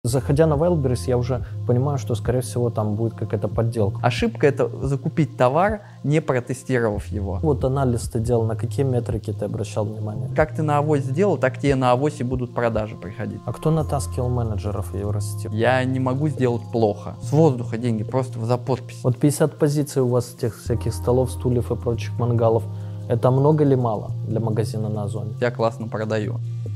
Заходя на Wildberries, я уже понимаю, что, скорее всего, там будет какая-то подделка. Ошибка — это закупить товар, не протестировав его. Вот анализ ты делал, на какие метрики ты обращал внимание? Как ты на авось сделал, так тебе на авосе будут продажи приходить. А кто натаскивал менеджеров Евросети? Я не могу сделать плохо. С воздуха деньги, просто за подпись. Вот 50 позиций у вас тех всяких столов, стульев и прочих мангалов. Это много или мало для магазина на Озоне? Я классно продаю.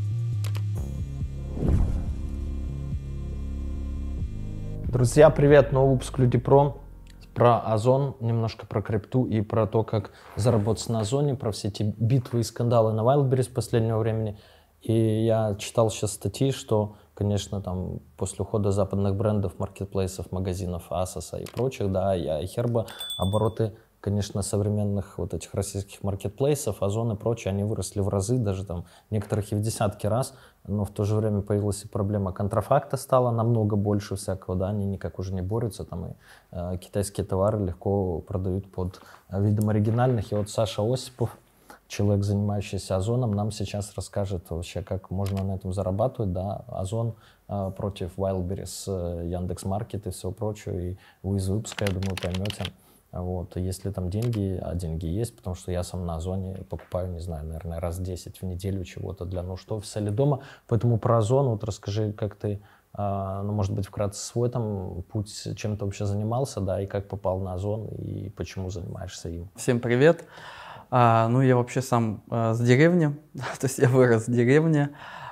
Друзья, привет! Новый выпуск Люди Про Озон, немножко про крипту и про то, как заработать на Озоне, про все эти битвы и скандалы на Wildberries последнего времени. И я читал сейчас статьи, что, конечно, там после ухода западных брендов, маркетплейсов, магазинов Asos и прочих, да, и Herbo, обороты, конечно, современных вот этих российских маркетплейсов, Озон и прочее, они выросли в разы, даже там некоторых и в десятки раз, но в то же время появилась и проблема контрафакта, стало намного больше всякого, да, они никак уже не борются, там и китайские товары легко продают под видом оригинальных. И вот Саша Осипов, человек, занимающийся Озоном, нам сейчас расскажет вообще, как можно на этом зарабатывать, да, Озон против Wildberries, Яндекс.Маркет и всего прочего, и вы из выпуска, я думаю, поймете. Вот, если там деньги, а деньги есть, потому что я сам на Озоне покупаю, не знаю, наверное, раз 10 в неделю чего-то для нужд офиса или дома. Поэтому про Озон вот расскажи, как ты, ну, может быть, вкратце свой там путь, чем ты вообще занимался, да, и как попал на Озон, и почему занимаешься им. Всем привет. Ну, я вообще сам с деревни, то есть я вырос в деревне.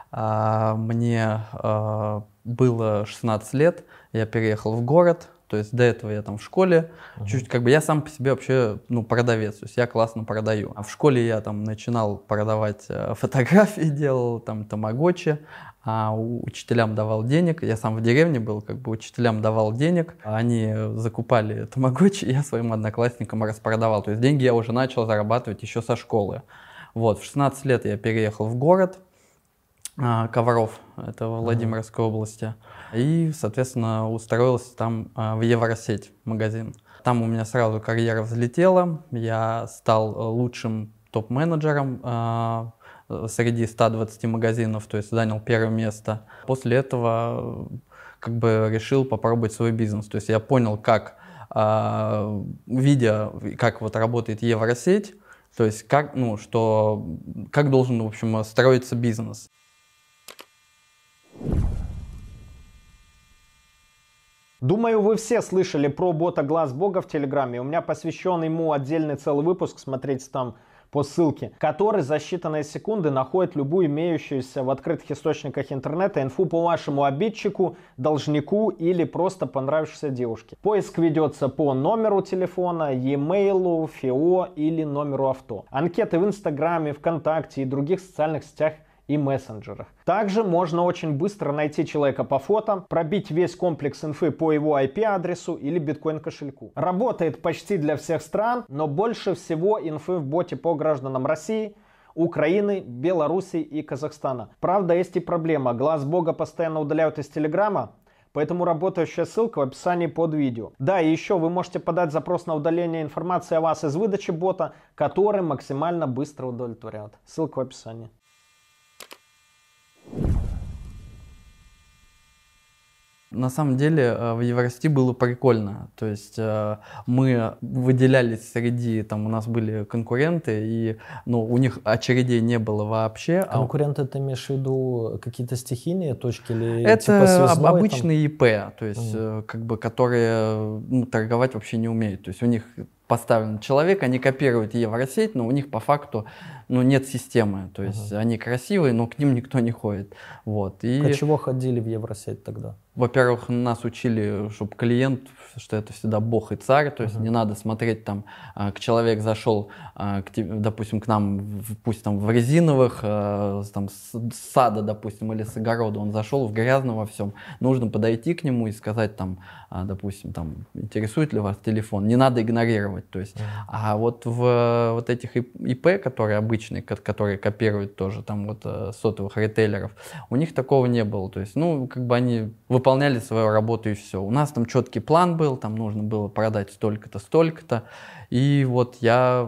Мне было 16 лет, я переехал в город. То есть до этого я там в школе, чуть как бы я сам по себе вообще, ну, продавец, то есть я классно продаю. А в школе я там начинал продавать фотографии, делал там тамагочи, учителям давал денег. Я сам в деревне был, как бы учителям давал денег, они закупали тамагочи, я своим одноклассникам распродавал. То есть деньги я уже начал зарабатывать еще со школы. Вот, в 16 лет я переехал в город Ковров, это в Владимирской области. И, соответственно, устроился там в Евросеть магазин. Там у меня сразу карьера взлетела. Я стал лучшим топ-менеджером среди 120 магазинов, то есть занял первое место. После этого как бы решил попробовать свой бизнес. То есть я понял, как, видя, как вот работает Евросеть, то есть как, ну, что, как должен, в общем, строиться бизнес. Думаю, вы все слышали про бота Глаз Бога в Телеграме. У меня посвящен ему отдельный целый выпуск, смотрите там по ссылке, который за считанные секунды находит любую имеющуюся в открытых источниках интернета инфу по вашему обидчику, должнику или просто понравившейся девушке. Поиск ведется по номеру телефона, e-mail, ФИО или номеру авто. Анкеты в Инстаграме, ВКонтакте и других социальных сетях и мессенджерах. Также можно очень быстро найти человека по фото, пробить весь комплекс инфы по его IP-адресу или биткоин-кошельку. Работает почти для всех стран, но больше всего инфы в боте по гражданам России, Украины, Беларуси и Казахстана. Правда, есть и проблема. Глаз Бога постоянно удаляют из Телеграма, поэтому работающая ссылка в описании под видео. Да, и еще вы можете подать запрос на удаление информации о вас из выдачи бота, который максимально быстро удовлетворяет. Ссылка в описании. На самом деле в Евросети было прикольно, то есть мы выделялись среди, там у нас были конкуренты, и ну, у них очередей не было вообще. Конкуренты, ты имеешь в виду какие-то стихийные точки или это типа связной, обычные ИП, то есть как бы, которые торговать вообще не умеют, то есть у них поставлен человек, они копируют Евросеть, но у них по факту нет системы, то есть они красивые, но к ним никто не ходит. Вот. И... А чего ходили в Евросеть тогда? Во-первых, нас учили, чтобы клиент, что это всегда бог и царь, то есть не надо смотреть там, к человек зашел, допустим, к нам, пусть там в резиновых, там, с сада, допустим, или с огорода, он зашел в грязном во всем, нужно подойти к нему и сказать там, допустим, там, интересует ли вас телефон, не надо игнорировать. копировать. То есть, а вот в вот этих ИП, которые обычные, которые копируют тоже там вот сотовых ритейлеров, у них такого не было. То есть, ну, как бы они выполняли свою работу и все. У нас там четкий план был, там нужно было продать столько-то, столько-то. И вот я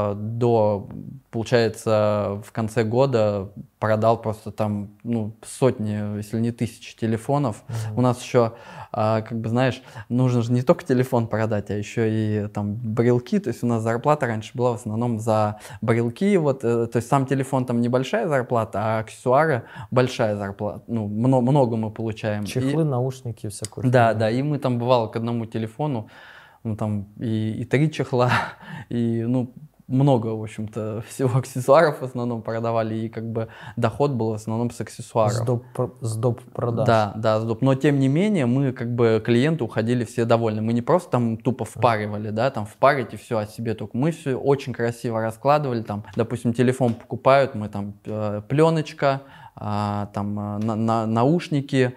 получается, в конце года продал просто там, ну, сотни, если не тысячи телефонов. У нас еще, как бы, знаешь, нужно же не только телефон продать, а еще и там брелки. То есть у нас зарплата раньше была в основном за брелки. Вот, то есть сам телефон там небольшая зарплата, а аксессуары большая зарплата. Ну, много мы получаем. Чехлы, наушники, всякое. Да, да, и мы там бывало к одному телефону, ну, там и 3 чехла, и, ну, много, в общем-то, всего аксессуаров в основном продавали, и как бы доход был в основном с аксессуаров. С доп. Продаж. Да, да, с доп. Но тем не менее мы как бы клиенты уходили все довольны. Мы не просто там тупо впаривали, да, там впарить и все о себе только. Мы все очень красиво раскладывали, там, допустим, телефон покупают, мы там пленочка, там наушники,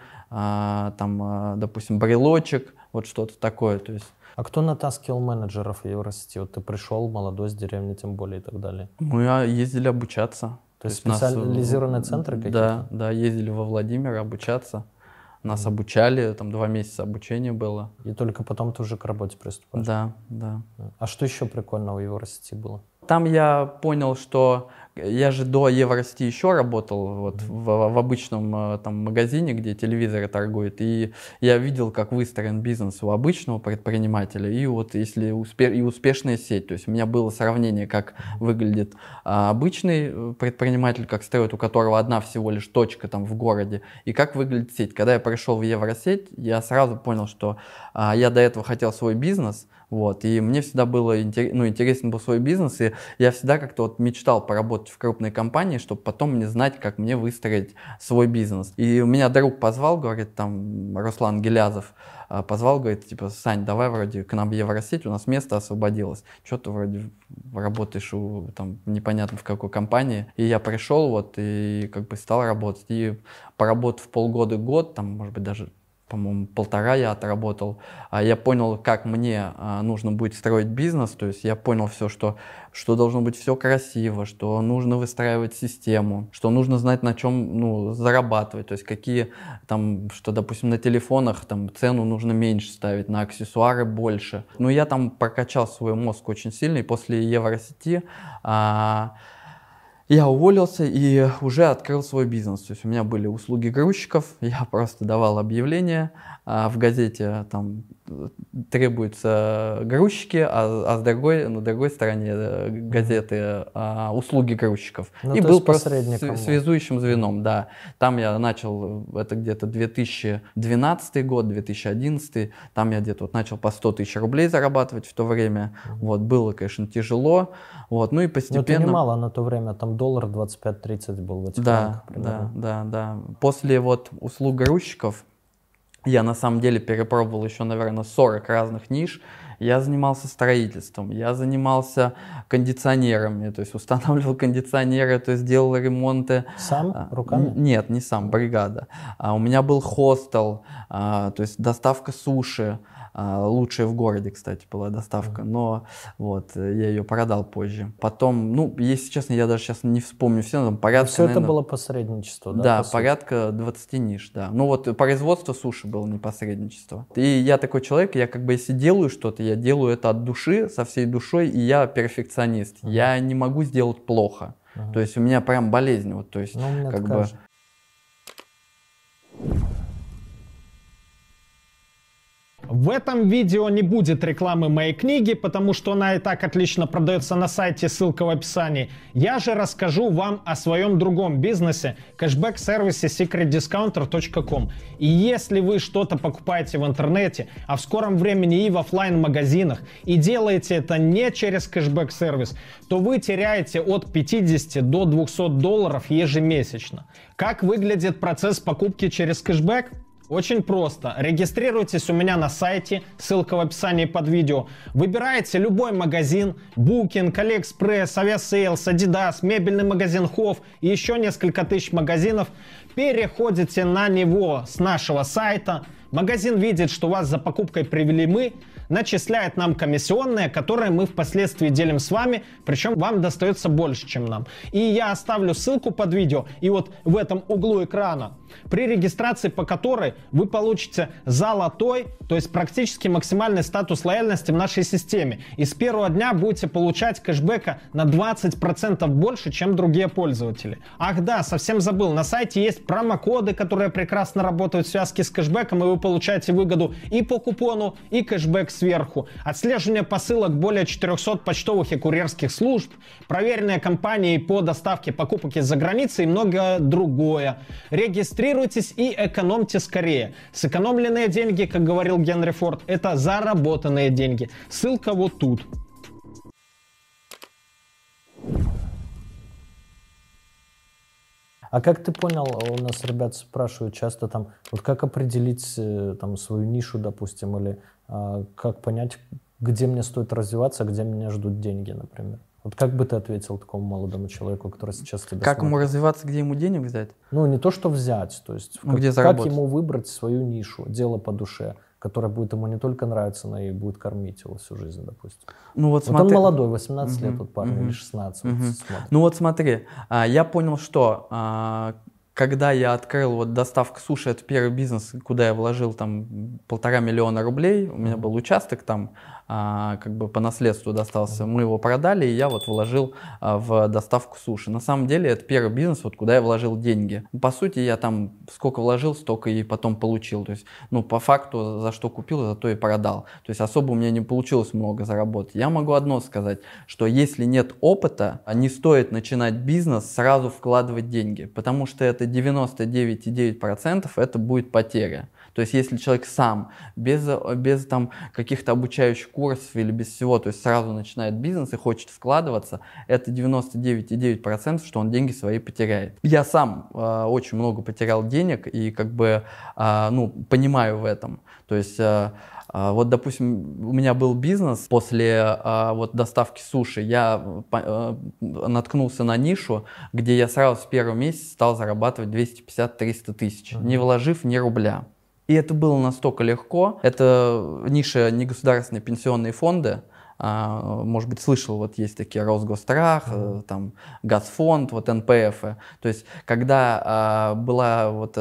там, допустим, брелочек, вот что-то такое, то есть. А кто натаскивал менеджеров в Евросети? Вот ты пришел, молодой, с деревни, тем более, и так далее. Мы ездили обучаться. То есть специализированные центры какие-то? Да, да, ездили во Владимир обучаться. Нас обучали, там 2 месяца обучения было. И только потом ты уже к работе приступаешь? Да, да. А что еще прикольного в Евросети было? Там я понял, что я же до Евросети еще работал вот в обычном там магазине, где телевизоры торгуют, и я видел, как выстроен бизнес у обычного предпринимателя, и вот если успешная сеть, то есть у меня было сравнение, как выглядит обычный предприниматель, как строит, у которого одна всего лишь точка там в городе, и как выглядит сеть. Когда я пришел в Евросеть, я сразу понял, что я до этого хотел свой бизнес. Вот, и мне всегда было интересен был свой бизнес, и я всегда как-то вот мечтал поработать в крупной компании, чтобы потом мне знать, как мне выстроить свой бизнес. И у меня друг позвал, говорит, там, Руслан Гелязов, позвал, говорит, типа, Сань, давай вроде к нам в Евросеть, у нас место освободилось. Что ты вроде работаешь там непонятно в какой компании. И я пришел вот и как бы стал работать. И поработав полгода-год, там, может быть, даже по-моему, 1,5 я отработал. Я понял, как мне нужно будет строить бизнес. То есть я понял все, что должно быть все красиво, что нужно выстраивать систему, что нужно знать, на чем зарабатывать. То есть какие там, что, допустим, на телефонах там цену нужно меньше ставить, на аксессуары больше. Но я там прокачал свой мозг очень сильно. И после Евросети я уволился и уже открыл свой бизнес. То есть у меня были услуги грузчиков, я просто давал объявления, в газете там требуются грузчики, а на другой стороне газеты услуги грузчиков. Ну, и был просто посредником. Связующим звеном, да. Там я начал, это где-то 2012 год, 2011, там я где-то вот начал по 100 тысяч рублей зарабатывать в то время. Вот, было, конечно, тяжело. Вот, ну и постепенно... Но это немало на то время, там доллар 25-30 был в этих Да, рамках, да. После вот услуг грузчиков я на самом деле перепробовал еще, наверное, 40 разных ниш. Я занимался строительством, я занимался кондиционерами, то есть устанавливал кондиционеры, то есть делал ремонты. Сам? Руками? Нет, не сам, бригада. У меня был хостел, то есть доставка суши. Лучшая в городе, кстати, была доставка, но вот я ее продал позже. Потом, ну, если честно, я даже сейчас не вспомню все, но там порядка, все это наверное, было посредничество, да? Да, порядка 20 ниш, да. Ну вот производство суши было не посредничество. И я такой человек, я как бы если делаю что-то, я делаю это от души, со всей душой, и я перфекционист. Я не могу сделать плохо. То есть у меня прям болезнь, вот, то есть как бы... В этом видео не будет рекламы моей книги, потому что она и так отлично продается на сайте, ссылка в описании. Я же расскажу вам о своем другом бизнесе, кэшбэк-сервисе secretdiscounter.com. И если вы что-то покупаете в интернете, а в скором времени и в офлайн-магазинах, и делаете это не через кэшбэк-сервис, то вы теряете от 50 до $200 ежемесячно. Как выглядит процесс покупки через кэшбэк? Очень просто. Регистрируйтесь у меня на сайте, ссылка в описании под видео. Выбираете любой магазин, Booking, AliExpress, Aviasales, Adidas, мебельный магазин Hof и еще несколько тысяч магазинов. переходите на него с нашего сайта, магазин видит, что вас за покупкой привели мы, начисляет нам комиссионные, которые мы впоследствии делим с вами, причем вам достается больше, чем нам. И я оставлю ссылку под видео, и вот в этом углу экрана, при регистрации по которой вы получите золотой, то есть практически максимальный статус лояльности в нашей системе. И с первого дня будете получать кэшбэка на 20% больше, чем другие пользователи. Ах да, совсем забыл, на сайте есть промокоды, которые прекрасно работают в связке с кэшбэком, и вы получаете выгоду и по купону, и кэшбэк сверху. Отслеживание посылок более 400 почтовых и курьерских служб, проверенные компании по доставке покупок из-за границы и многое другое. Регистрируйтесь и экономьте скорее. Сэкономленные деньги, как говорил Генри Форд, это заработанные деньги. Ссылка вот тут. А как ты понял, у нас ребят спрашивают часто там, вот как определить там свою нишу, допустим, или как понять, где мне стоит развиваться, где меня ждут деньги, например? Вот как бы ты ответил такому молодому человеку, который сейчас тебя Как смотрит? ему развиваться, где ему денег взять? Ну, не то, что взять, то есть Где как заработать? ему выбрать свою нишу, дело по душе, которое будет ему не только нравиться, но и будет кормить его всю жизнь, допустим. Ну вот Вот он молодой, 18 лет, вот парню, или 16, вот смотрит. Ну вот смотри, я понял, что когда я открыл вот доставку суши, это первый бизнес, куда я вложил там 1,5 миллиона рублей, у меня был участок там, как бы по наследству достался, мы его продали, и я вот вложил в доставку суши. На самом деле это первый бизнес, вот куда я вложил деньги. По сути, я там сколько вложил, столько и потом получил. То есть, ну, по факту, за что купил, за то и продал. То есть особо у меня не получилось много заработать. Я могу одно сказать, что если нет опыта, не стоит начинать бизнес, сразу вкладывать деньги, потому что это 99,9% это будет потеря. То есть если человек сам, без там каких-то обучающих курсов или без всего, то есть сразу начинает бизнес и хочет вкладываться, это 99,9%, что он деньги свои потеряет. Я сам очень много потерял денег и как бы, ну, понимаю в этом. То есть вот, допустим, у меня был бизнес после вот доставки суши, я наткнулся на нишу, где я сразу с первого месяца стал зарабатывать 250-300 тысяч, не вложив ни рубля. И это было настолько легко. Это ниша негосударственные пенсионные фонды. Может быть, слышал, вот есть такие Росгосстрах, там Газфонд, вот НПФ. То есть, когда была вот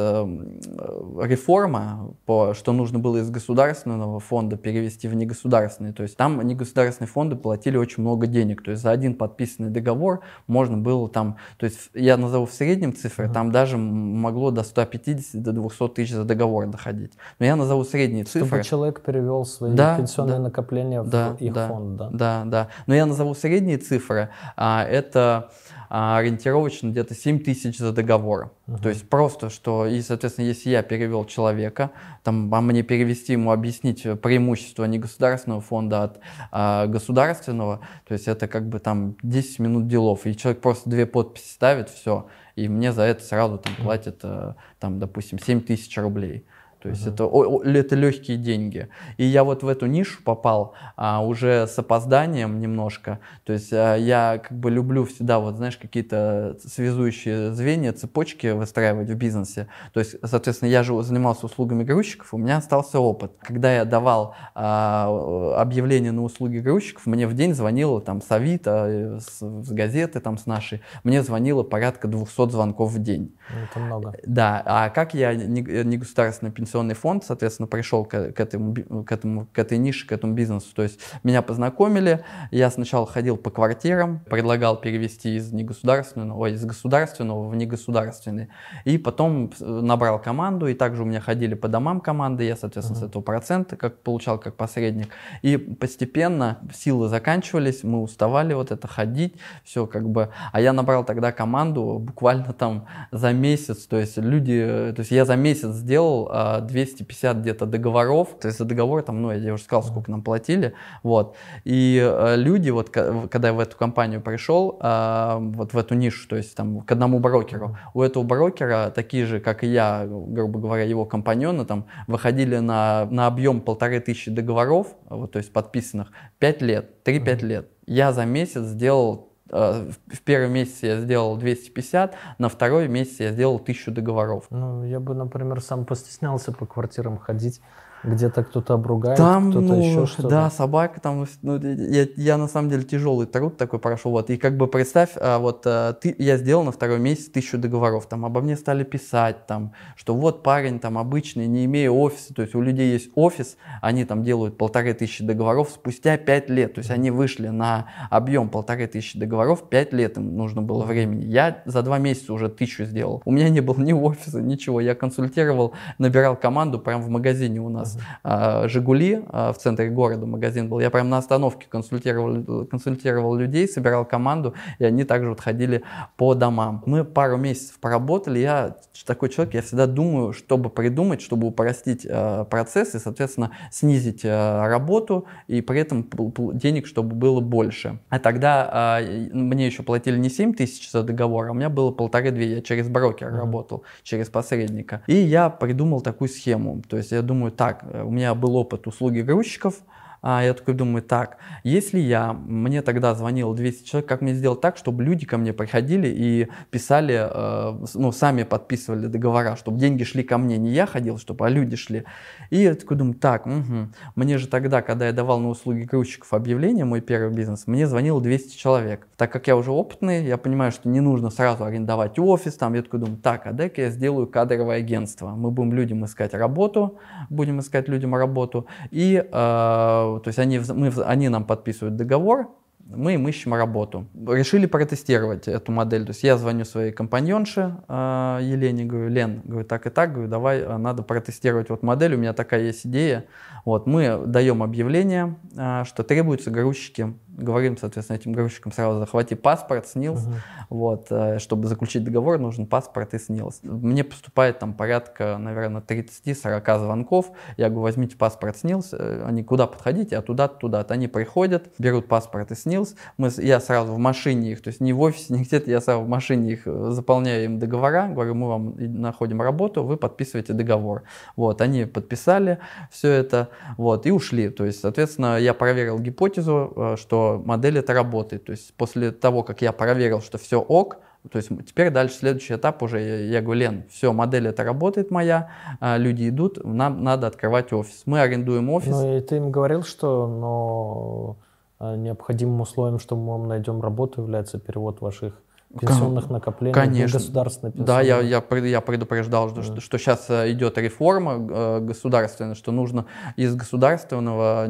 реформа, что нужно было из государственного фонда перевести в негосударственный, то есть там негосударственные фонды платили очень много денег. То есть за один подписанный договор можно было там, то есть я назову в среднем цифры, там даже могло до 150, до 200 тысяч за договор доходить. Но я назову средние цифры. Чтобы человек перевел свои пенсионные накопления в их фонд. Да. Но я назову средние цифры. Это ориентировочно где-то 7 тысяч за договор. То есть просто, что, и, соответственно, если я перевел человека, там, мне перевести ему, объяснить преимущество негосударственного фонда от государственного, то есть это как бы там 10 минут делов, и человек просто 2 подписи ставит, все, и мне за это сразу там платят, там, допустим, 7 тысяч рублей. То есть это легкие деньги. И я вот в эту нишу попал уже с опозданием немножко. То есть я как бы люблю всегда, вот знаешь, какие-то связующие звенья, цепочки выстраивать в бизнесе. То есть, соответственно, я же занимался услугами грузчиков, у меня остался опыт. Когда я давал объявление на услуги грузчиков, мне в день звонило там с Авито, с газеты там с нашей, мне звонило порядка 200 звонков в день. Это много. Да, а как я негосударственный пенсионный фонд, соответственно, пришел к этой нише, к этому бизнесу. То есть меня познакомили, я сначала ходил по квартирам, предлагал перевести из государственного в негосударственный. И потом набрал команду, и также у меня ходили по домам команды, я, соответственно, с этого процента получал как посредник. И постепенно силы заканчивались, мы уставали вот это ходить, все как бы. А я набрал тогда команду буквально там за месяц, то есть я за месяц сделал 250 где-то договоров, то есть за договор там, ну, я уже сказал, сколько нам платили, вот, и люди, вот, когда я в эту компанию пришел, вот в эту нишу, то есть там к одному брокеру, у этого брокера такие же, как и я, грубо говоря, его компаньоны, там, выходили на объем 1500 договоров, вот, то есть подписанных, 5 лет, 3-5 лет. Я за месяц сделал в первый месяц я сделал 250, на второй месяц я сделал 1000 договоров. Ну, я бы, например, сам постеснялся по квартирам ходить. Где-то кто-то обругает, там, кто-то еще что-то. Да, собака там, я на самом деле тяжелый труд такой прошел, вот, и как бы представь, я сделал на второй месяц 1000 договоров, там обо мне стали писать, там, что вот парень там обычный, не имея офиса, то есть у людей есть офис, они там делают 1500 договоров спустя 5 лет, то есть они вышли на объем 1500 договоров, 5 лет им нужно было времени, я за 2 месяца уже 1000 сделал, у меня не было ни офиса, ничего, я консультировал, набирал команду прямо в магазине у нас. «Жигули», в центре города магазин был. Я прям на остановке консультировал людей, собирал команду, и они также вот ходили по домам. Мы пару месяцев поработали. Я такой человек, я всегда думаю, чтобы придумать, чтобы упростить процесс и, соответственно, снизить работу, и при этом денег, чтобы было больше. А тогда мне еще платили не 7000 за договор, а у меня было 1500. Я через брокера работал, через посредника. И я придумал такую схему. То есть я думаю, так, у меня был опыт услуги грузчиков, я такой думаю, так, если мне тогда звонило 200 человек, как мне сделать так, чтобы люди ко мне приходили и писали, сами подписывали договора, чтобы деньги шли ко мне, не я ходил, а люди шли. И я такой думаю, так, мне же тогда, когда я давал на услуги грузчиков объявление, мой первый бизнес, мне звонило 200 человек. Так как я уже опытный, я понимаю, что не нужно сразу арендовать офис, я такой думаю, так, а дай-ка я сделаю кадровое агентство. Мы будем людям искать работу, и то есть они нам подписывают договор, мы им ищем работу. Решили протестировать эту модель. То есть я звоню своей компаньонше Елене, говорю, Лен, так и так, давай, надо протестировать вот модель, у меня такая есть идея. Вот, мы даем объявление, что требуются грузчики. Говорим, соответственно, этим грузчикам сразу захвати паспорт, СНИЛС. Вот, чтобы заключить договор, нужен паспорт и СНИЛС. Мне поступает там порядка, наверное, 30-40 звонков. Я говорю, возьмите паспорт СНИЛС, они куда подходите, а туда-туда. Они приходят, берут паспорт и СНИЛС. Я сразу в машине их, то есть не в офисе, не где-то, я сразу в машине их заполняю им договора. Говорю, мы вам находим работу, вы подписываете договор. Вот, они подписали все это, вот, и ушли. То есть, соответственно, я проверил гипотезу, что модель это работает. То есть после того, как я проверил, что все ок, то есть теперь дальше следующий этап уже, я говорю, Лен, все, модель это работает моя, люди идут, нам надо открывать офис. Мы арендуем офис. Ну и ты им говорил, что необходимым условием, что мы вам найдем работу, является перевод ваших пенсионных накоплений, конечно, государственной пенсионной. Да, я предупреждал, что сейчас идет реформа государственная, что нужно из государственного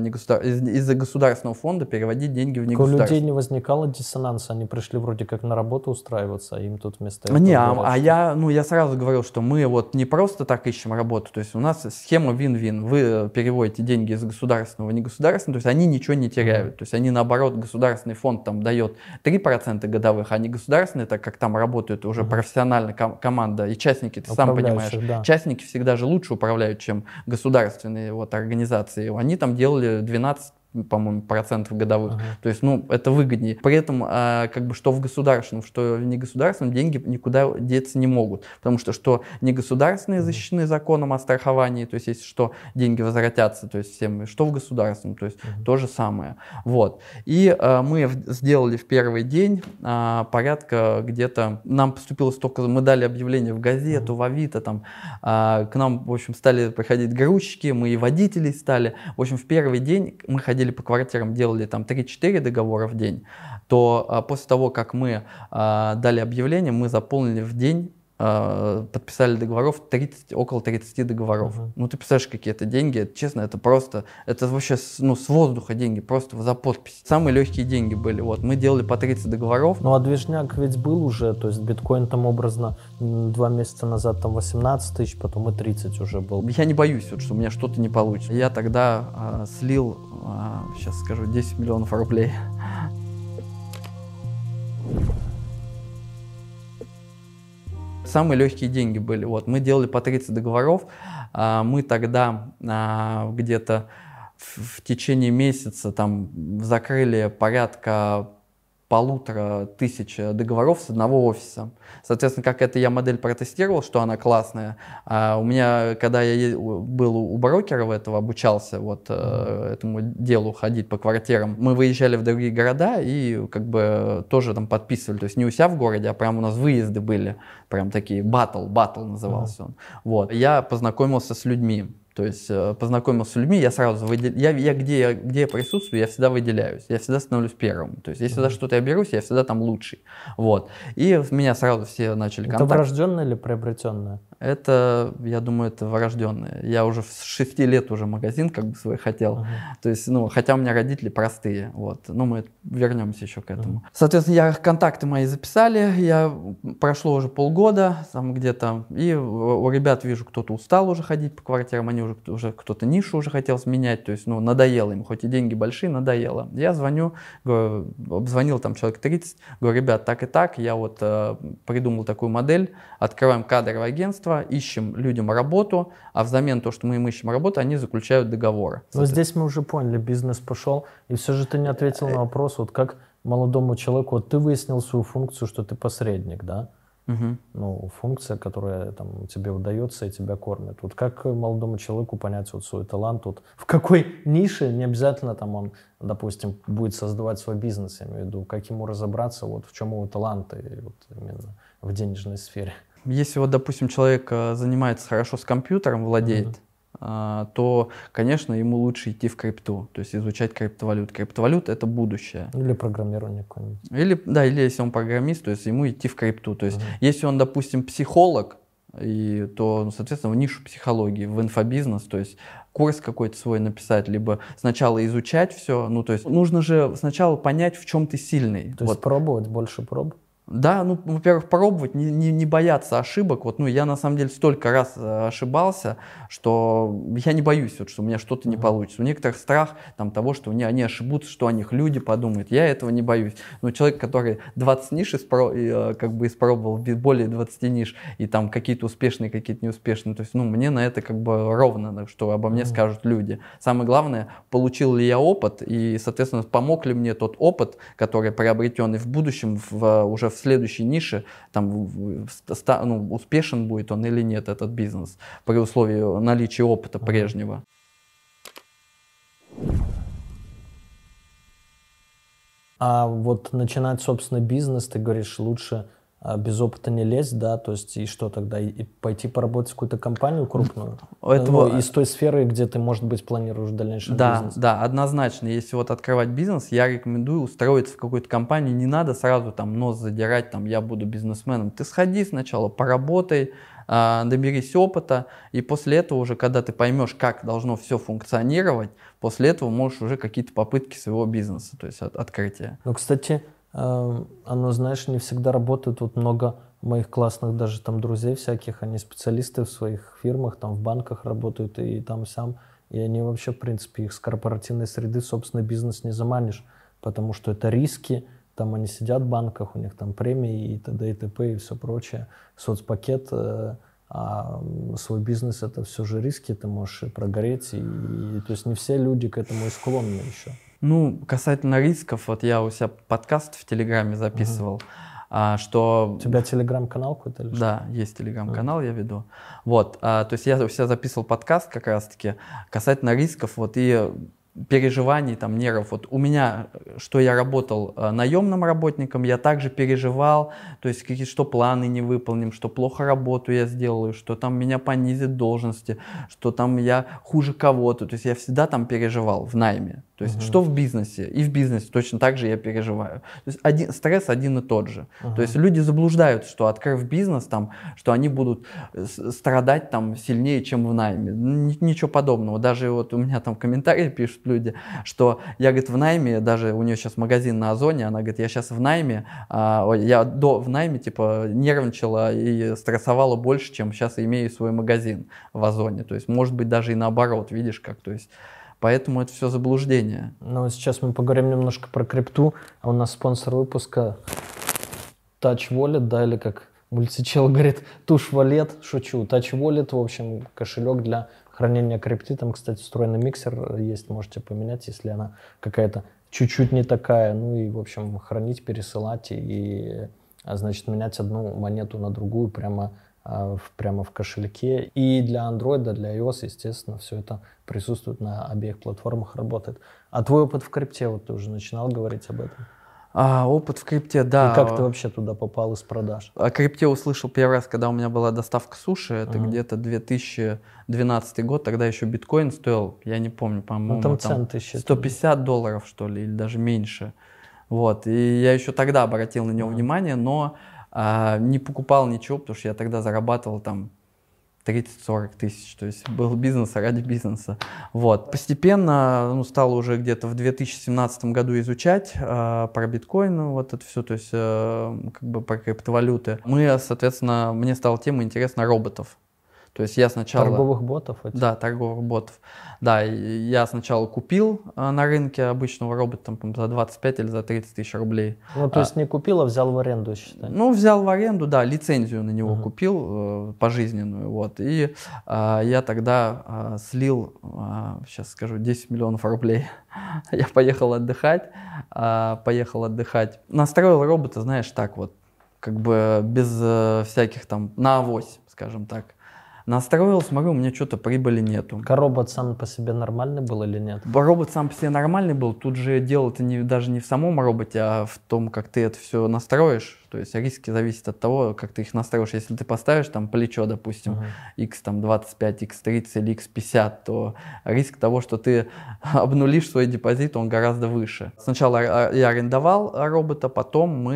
фонда переводить деньги в негосударственный. У людей не возникало диссонанса, они пришли вроде как на работу устраиваться, а им тут вместо этого... Я сразу говорил, что мы вот не просто так ищем работу, то есть у нас схема win-win, вы переводите деньги из государственного в негосударственный, то есть они ничего не теряют, то есть они наоборот, государственный фонд там дает 3% годовых, а не государственный, так как там работает уже профессионально команда и частники, ты сам понимаешь, да. Частники всегда же лучше управляют, чем государственные организации. Они там делали 12, по-моему, процентов годовых. То есть, это выгоднее. При этом, что в государственном, что в негосударственном деньги никуда деться не могут. Потому что негосударственные защищены законом о страховании, то есть, если что, деньги возвратятся, то есть, всем, что в государственном, то есть, то же самое. Вот. И мы сделали в первый день порядка где-то, нам поступило столько, мы дали объявление в газету, в Авито, там, к нам, в общем, стали приходить грузчики, мы и водителей стали. В общем, в первый день мы ходили по квартирам, делали там 3-4 договора в день, то после того, как мы дали объявление, мы заполнили в день, подписали договоров около 30 договоров. Ты представляешь, какие это деньги, честно, это просто, это вообще с воздуха деньги, просто за подпись. Самые легкие деньги были, вот, мы делали по 30 договоров. Ну а движняк ведь был уже, то есть биткоин там образно 2 месяца назад там 18 тысяч, потом и 30 уже был. Я не боюсь, что у меня что-то не получится. Я тогда слил, сейчас скажу, 10 миллионов рублей. Самые легкие деньги были. Вот, мы делали по 30 договоров. Мы тогда где-то в течение месяца там закрыли порядка 1500 договоров с одного офиса. Соответственно, как это я модель протестировал, что она классная. А у меня, когда я был у брокера этого, обучался вот этому делу ходить по квартирам, мы выезжали в другие города и как бы тоже там подписывали. То есть не у себя в городе, а прям у нас выезды были. Прям такие, батл назывался он. Вот. Я познакомился с людьми. То есть познакомился с людьми, я сразу где я присутствую, я всегда выделяюсь, я всегда становлюсь первым. То есть если за что-то я берусь, я всегда там лучший. Вот. И меня сразу все начали контактировать. Это врожденное или приобретенное? Это, я думаю, это врожденное. Я уже с 6 лет уже магазин как бы свой хотел. То есть, ну, хотя у меня родители простые. Вот. Но мы вернемся еще к этому. Соответственно, контакты мои записали. Прошло уже полгода там где-то. И у ребят вижу, кто-то устал уже ходить по квартирам. Они уже кто-то нишу уже хотел сменять. То есть, ну, надоело им. Хоть и деньги большие, надоело. Я звоню, обзвонил там человек 30. Говорю, ребят, так и так. Я вот придумал такую модель. Открываем кадровое агентство. Ищем людям работу, а взамен то, что мы им ищем работу, они заключают договоры. Но здесь мы уже поняли, бизнес пошел, и все же ты не ответил на вопрос, вот как молодому человеку, вот ты выяснил свою функцию, что ты посредник, да? Ну, функция, которая там тебе удается и тебя кормит. Вот как молодому человеку понять вот свой талант, вот в какой нише, не обязательно там он, допустим, будет создавать свой бизнес, я имею в виду, как ему разобраться, вот в чем его талант, и вот именно в денежной сфере. Если вот, допустим, человек занимается хорошо с компьютером, владеет, то, конечно, ему лучше идти в крипту, то есть изучать криптовалюту. Криптовалюта — это будущее. Или программирование какое-нибудь. Или если он программист, то есть ему идти в крипту. То есть если он, допустим, психолог, то, соответственно, в нишу психологии, в инфобизнес, то есть курс какой-то свой написать, либо сначала изучать все. Ну, то есть нужно же сначала понять, в чем ты сильный. То есть пробовать, больше проб? Да, ну, во-первых, пробовать, не бояться ошибок. Вот, ну, я на самом деле столько раз ошибался, что я не боюсь, вот, что у меня что-то не получится. У некоторых страх там, того, что они ошибутся, что о них люди подумают. Я этого не боюсь. Но человек, который 20 ниш как бы испробовал, более 20 ниш, и там какие-то успешные, какие-то неуспешные, то есть, ну, мне на это как бы ровно, что обо мне скажут люди. Самое главное, получил ли я опыт, и, соответственно, помог ли мне тот опыт, который приобретенный в будущем, уже в следующей нише, там, ну, успешен будет он или нет, этот бизнес, при условии наличия опыта прежнего. А вот начинать собственный бизнес, ты говоришь, лучше без опыта не лезть, да, то есть и что тогда, и пойти поработать в какую-то компанию крупную? Ну, из той сферы, где ты, может быть, планируешь дальнейший бизнес? Да, однозначно. Если вот открывать бизнес, я рекомендую устроиться в какую-то компанию, не надо сразу там нос задирать, там я буду бизнесменом. Ты сходи сначала, поработай, наберись опыта, и после этого уже, когда ты поймешь, как должно все функционировать, после этого можешь уже какие-то попытки своего бизнеса, то есть открытия. Ну, кстати, оно, знаешь, не всегда работает. Вот много моих классных даже там друзей всяких, они специалисты в своих фирмах, там в банках работают и там сам. И они вообще, в принципе, их с корпоративной среды в собственный бизнес не заманишь, потому что это риски. Там они сидят в банках, у них там премии и т.д. и т.п. и все прочее. Соцпакет, а свой бизнес — это все же риски, ты можешь и прогореть. То есть не все люди к этому и склонны еще. Ну, касательно рисков, вот я у себя подкаст в Телеграме записывал, что... У тебя телеграм-канал какой-то или что? Да, есть телеграм-канал, я веду. Вот, то есть я у себя записывал подкаст как раз-таки касательно рисков, вот, и переживаний, там, нервов. Вот у меня, что я работал наемным работником, я также переживал, то есть что планы не выполним, что плохо работу я сделаю, что там меня понизят в должности, что там я хуже кого-то. То есть я всегда там переживал в найме. То есть что в бизнесе, и в бизнесе точно так же я переживаю. То есть стресс один и тот же. То есть люди заблуждаются, что открыв бизнес, там, что они будут страдать там сильнее, чем в найме. Ничего подобного. Даже вот у меня там комментарии пишут люди, что я, говорит, в найме, даже у нее сейчас магазин на Озоне, она говорит, я сейчас в найме, я в найме типа нервничала и стрессовала больше, чем сейчас имею свой магазин в Озоне. То есть может быть даже и наоборот, видишь как, то есть поэтому это все заблуждение. Ну, сейчас мы поговорим немножко про крипту. А у нас спонсор выпуска Touch Wallet, да, или как мультичел говорит, Tush Wallet, шучу. Touch Wallet, в общем, кошелек для хранения крипты. Там, кстати, встроенный миксер есть, можете поменять, если она какая-то чуть-чуть не такая. Ну и, в общем, хранить, пересылать и значит, менять одну монету на другую прямо в кошельке. И для Android, для iOS, естественно, все это присутствует на обеих платформах, работает. А твой опыт в крипте, вот ты уже начинал говорить об этом. Опыт в крипте, да. И как ты вообще туда попал из продаж? О крипте услышал первый раз, когда у меня была доставка суши. Это где-то 2012 год. Тогда еще биткоин стоил, я не помню, по-моему, там $150, $150, что ли, или даже меньше. Вот. И я еще тогда обратил на него внимание, но не покупал ничего, потому что я тогда зарабатывал там 30-40 тысяч, то есть был бизнес ради бизнеса. Вот. Постепенно стал уже где-то в 2017 году изучать про биткоин, вот это все, то есть как бы про криптовалюты. Соответственно, мне стала тема интересна роботов. То есть я сначала... Торговых ботов? Да, торговых ботов. Да, я сначала купил на рынке обычного робота там, за 25 или за 30 тысяч рублей. Ну, то есть не купил, а взял в аренду, считай? Ну, взял в аренду, да, лицензию на него купил, пожизненную, вот. И я тогда слил, сейчас скажу, 10 миллионов рублей. Я поехал отдыхать. Настроил робота, знаешь, так вот, как бы без всяких там, на авось, скажем так. Настроил, смотрю, у меня что-то прибыли нету. Робот сам по себе нормальный был или нет? Робот сам по себе нормальный был. Тут же дело-то даже не в самом роботе, а в том, как ты это все настроишь. То есть риски зависят от того, как ты их настроишь. Если ты поставишь там плечо, допустим, X25, X30 или X50, то риск того, что ты обнулишь свой депозит, он гораздо выше. Сначала я арендовал робота, потом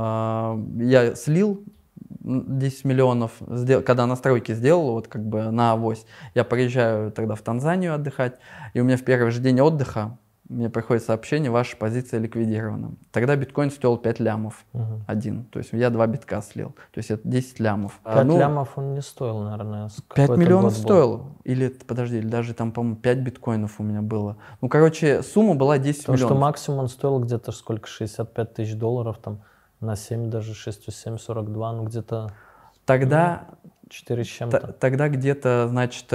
я слил 10 миллионов, когда настройки сделал, вот как бы на авось, я приезжаю тогда в Танзанию отдыхать, и у меня в первый же день отдыха мне приходит сообщение: ваша позиция ликвидирована. Тогда биткоин стоил 5 лямов один, то есть я 2 битка слил, то есть это 10 лямов. 5 лямов он не стоил, наверное. 5 миллионов стоил, или даже там, по-моему, 5 биткоинов у меня было. Ну, короче, сумма была 10 миллионов. Потому что максимум он стоил где-то сколько, 65 тысяч долларов там. На 7 даже, 6,7, 42, ну где-то тогда 4 с чем-то. Тогда где-то, значит,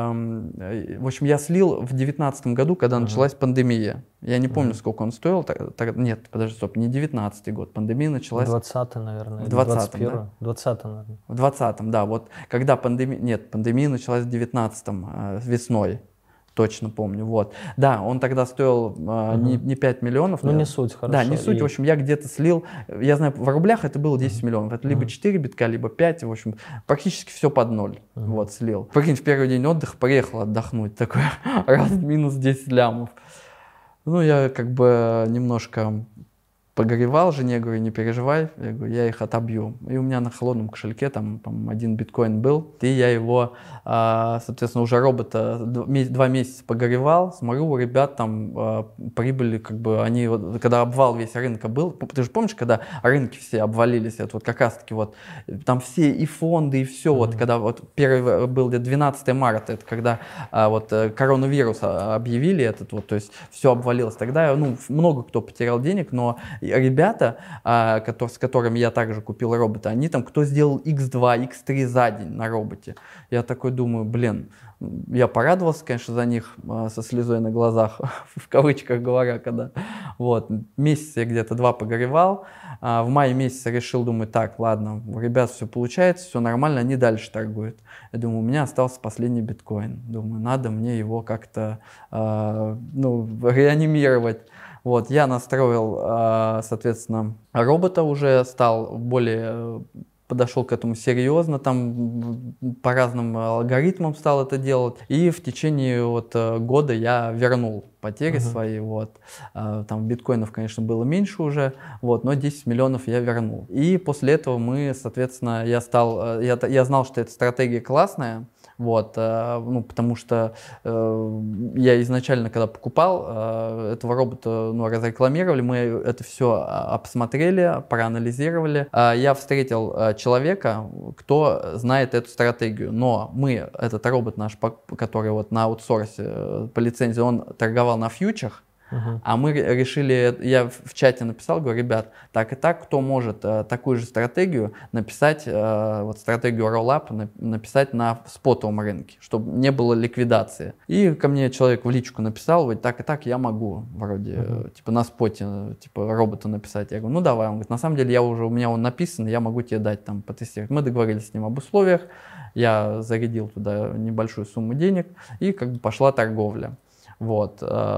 в общем, я слил в 2019 году, когда началась пандемия. Я не помню, сколько он стоил. Нет, подожди, стоп, не 19 год, пандемия началась... В 20-й, наверное, в 20-м, да? 20-й, наверное. В 20-м, да, вот когда пандемия началась в 19-м, весной. Точно помню, вот. Да, он тогда стоил не 5 миллионов. Ну, не суть, хорошо. Да, не суть. В общем, я где-то слил, я знаю, в рублях это было 10 миллионов. Это либо 4 битка, либо 5. В общем, практически все под ноль. Вот, слил. Прикинь, в первый день отдыха приехал отдохнуть. Такой раз минус 10 лямов. Ну, я как бы немножко погоревал жене, говорю, не переживай, я говорю, я их отобью. И у меня на холодном кошельке там, по-моему, 1 биткоин был. И я его, соответственно, уже робота 2 месяца погоревал. Смотрю, у ребят там прибыли, как бы они, когда обвал весь рынка был, ты же помнишь, когда рынки все обвалились, это вот как раз таки вот, там все и фонды, и все, вот когда вот первый был где-то 12 марта, это когда вот коронавирус объявили этот вот, то есть все обвалилось. Тогда, ну, много кто потерял денег, но ребята, с которыми я также купил робота, они там, кто сделал X2, X3 за день на роботе. Я такой думаю, блин, я порадовался, конечно, за них со слезой на глазах, в кавычках говоря, когда вот, месяц я где-то 2 погоревал, в мае месяце решил, думаю, так, ладно, у ребят все получается, все нормально, они дальше торгуют. Я думаю, у меня остался последний биткоин, думаю, надо мне его как-то, реанимировать. Вот, я настроил, соответственно, робота уже, подошел к этому серьезно, там по разным алгоритмам стал это делать. И в течение года я вернул потери свои. Вот. Там биткоинов, конечно, было меньше уже, вот, но 10 миллионов я вернул. И после этого соответственно, я знал, что эта стратегия классная. Вот, потому что я изначально, когда покупал этого робота, разрекламировали, мы это все обсмотрели, проанализировали. Я встретил человека, кто знает эту стратегию, но этот робот наш, который вот на аутсорсе по лицензии, он торговал на фьючах, А мы решили, я в чате написал, говорю, ребят, так и так, кто может такую же стратегию написать, вот стратегию roll-up написать на спотовом рынке, чтобы не было ликвидации. И ко мне человек в личку написал, вот так и так я могу вроде, типа на споте, типа робота написать. Я говорю, ну давай. Он говорит, на самом деле у меня он написан, я могу тебе дать там потестировать. Мы договорились с ним об условиях, я зарядил туда небольшую сумму денег и как бы пошла торговля. Вот.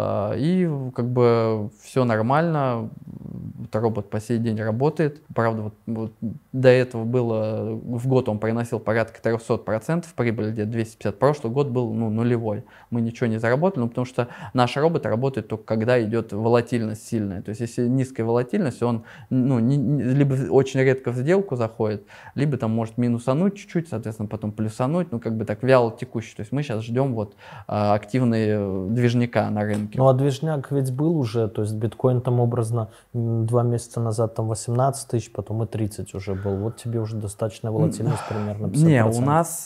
И как бы все нормально, робот по сей день работает. Правда, вот до этого было, в год он приносил порядка 300% прибыли, где-то 250. Прошлый год был нулевой. Мы ничего не заработали, потому что наш робот работает только когда идет волатильность сильная. То есть если низкая волатильность, он либо очень редко в сделку заходит, либо там может минусануть чуть-чуть, соответственно, потом плюсануть, как бы так вяло текущий. То есть мы сейчас ждем вот активные движения на рынке. Ну а движняк ведь был уже, то есть биткоин там образно 2 месяца назад там 18 тысяч, потом и 30 уже был. Вот тебе уже достаточная волатильность примерно 50%. Не, у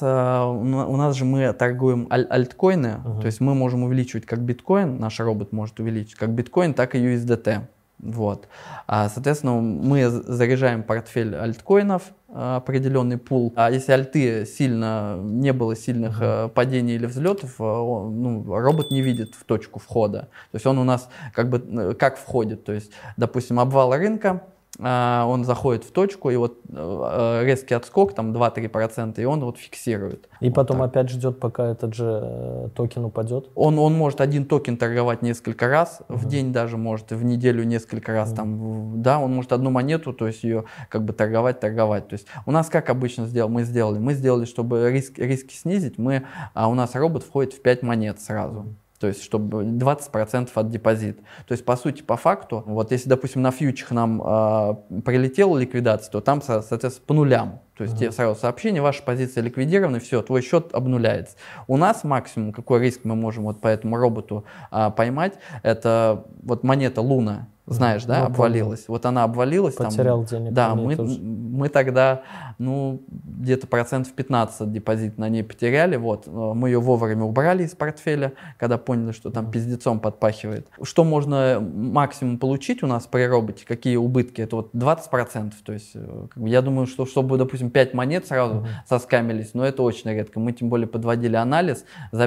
нас же мы торгуем альткоины, то есть мы можем увеличивать как биткоин, наш робот может увеличить как биткоин, так и USDT. Вот. Соответственно, мы заряжаем портфель альткоинов, определенный пул. А если альты не было сильных падений или взлетов, робот не видит в точку входа. То есть он у нас как входит. То есть, допустим, обвал рынка, он заходит в точку, и вот резкий отскок, там 2-3%, и он вот фиксирует. И потом опять ждет, пока этот же токен упадет? Он может один токен торговать несколько раз, в день даже может, в неделю несколько раз. Там, да, он может одну монету, то есть ее как бы торговать. То есть у нас как обычно мы сделали, чтобы риски снизить, у нас робот входит в 5 монет сразу. То есть, чтобы 20% от депозита. То есть, по сути, по факту, вот если, допустим, на фьючах нам прилетела ликвидация, то там, соответственно, по нулям. То есть, тебе сразу сообщение, ваша позиция ликвидирована, все, твой счет обнуляется. У нас максимум, какой риск мы можем вот по этому роботу поймать, это вот монета Луна. Знаешь, да, обвалилась. Вот она обвалилась. Потерял денег. Да, мы тогда, где-то 15% от депозита на ней потеряли. Вот, мы ее вовремя убрали из портфеля, когда поняли, что там пиздецом подпахивает. Что можно максимум получить у нас при роботе, какие убытки? Это вот 20%. То есть, я думаю, что чтобы, допустим, 5 монет сразу соскамились, но это очень редко. Мы тем более подводили анализ.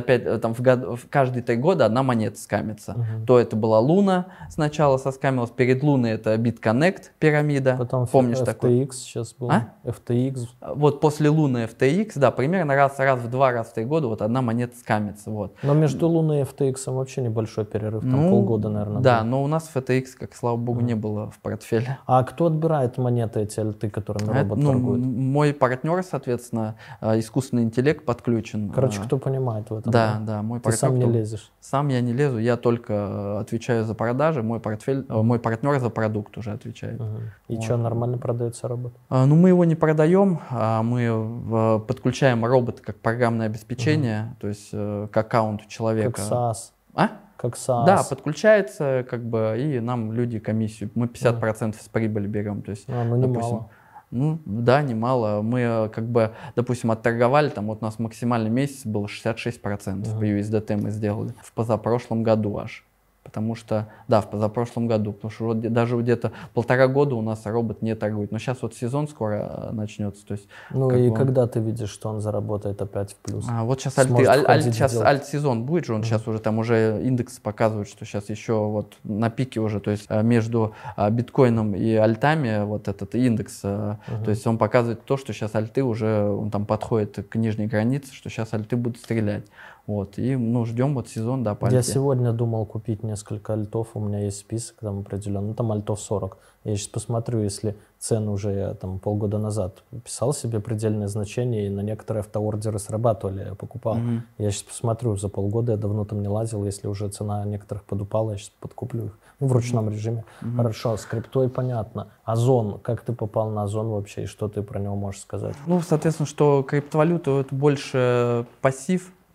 В каждые 3 года одна монета скамится. То это была Луна сначала соскамилась. Перед Луной это BitConnect пирамида. Потом помнишь FTX такой? Сейчас был. FTX. Вот после Луны FTX, да, примерно раз в 2, раз в 3 года вот одна монета скамится. Вот. Но между Луной и FTX вообще небольшой перерыв, там полгода, наверное. Да, был. Но у нас FTX, как слава богу, не было в портфеле. А кто отбирает монеты, эти альты, которыми робот торгует? Мой партнер, соответственно, искусственный интеллект подключен. Короче, кто понимает в этом? Да, мой партнер. Ты сам не лезешь? Сам я не лезу, я только отвечаю за продажи, мой партнер за продукт уже отвечает. И вот. Что, нормально продается робот? Мы его не продаем, мы подключаем робот как программное обеспечение, то есть к аккаунту человека. Как SaaS. Как SaaS. Да, подключается, и нам люди комиссию. Мы 50% с прибыли берем. То есть, немало. Да, немало. Мы, допустим, отторговали, вот у нас максимальный месяц был 66% по USDT мы сделали в позапрошлом году аж. Потому что, в позапрошлом году, потому что даже где-то 1,5 года у нас робот не торгует. Но сейчас вот сезон скоро начнется. То есть, когда ты видишь, что он заработает опять в плюс? Вот сейчас альт-сезон будет же, он сейчас уже уже индекс показывает, что сейчас еще вот на пике уже, то есть между биткоином и альтами вот этот индекс, то есть он показывает то, что сейчас альты уже, он там подходит к нижней границе, что сейчас альты будут стрелять. Вот, и ждем вот сезон, по альте. Я сегодня думал купить несколько альтов, у меня есть список там определенный, там альтов 40. Я сейчас посмотрю, если цены уже я полгода назад писал себе предельные значения, и на некоторые автоордеры срабатывали, я покупал. Я сейчас посмотрю, за полгода я давно там не лазил, если уже цена некоторых подупала, я сейчас подкуплю их. В ручном режиме. Хорошо, с криптой понятно. Озон, как ты попал на Озон вообще, и что ты про него можешь сказать? Соответственно, что криптовалюта это больше пассив. То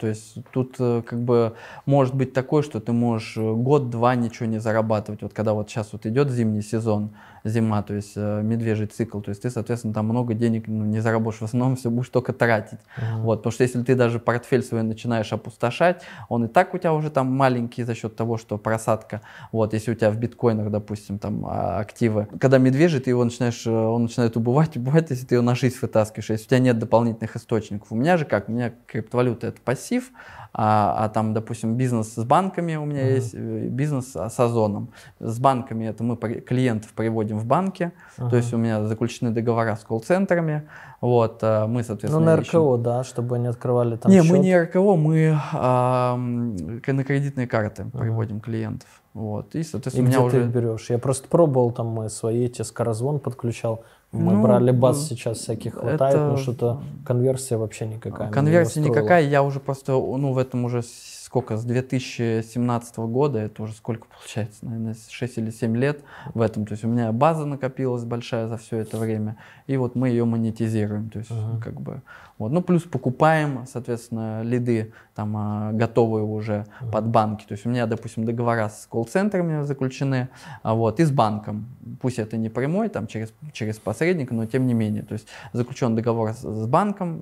То есть тут как бы может быть такое, что ты можешь год-два ничего не зарабатывать. Вот когда вот сейчас вот идет зимний сезон, зима, то есть медвежий цикл, то есть ты, соответственно, там много денег не заработаешь, в основном все будешь только тратить. Вот, потому что если ты даже портфель свой начинаешь опустошать, он и так у тебя уже там маленький за счет того, что просадка, вот, если у тебя в биткоинах, допустим, там активы, когда медвежий, ты его начинаешь, он начинает убывать, если ты его на жизнь вытаскиваешь, если у тебя нет дополнительных источников. У меня же как, у меня криптовалюта это пассив, а там, допустим, бизнес с банками у меня есть, бизнес с Озоном. С банками это мы клиентов приводим в банки, то есть у меня заключены договора с колл-центрами, вот, мы, соответственно, ну, на РКО, да, чтобы они открывали там Не, счет. мы не РКО, мы на кредитные карты приводим клиентов, вот, и, соответственно, И у меня где ты уже... их берешь? Я просто пробовал, там мы свои эти Скорозвон подключал, мы брали баз, сейчас всяких хватает, но что-то конверсия вообще никакая. Конверсия никакая, я уже просто, ну, в этом уже сколько, с 2017 года, это уже сколько получается, наверное, 6 или 7 лет в этом, то есть у меня база накопилась большая за все это время, и вот мы ее монетизируем, то есть как бы, вот, ну, плюс покупаем, соответственно, лиды, там, готовые уже под банки, то есть у меня, допустим, договора с колл-центрами заключены, вот, и с банком, пусть это не прямой, там, через посредника, но тем не менее, то есть заключен договор с банком,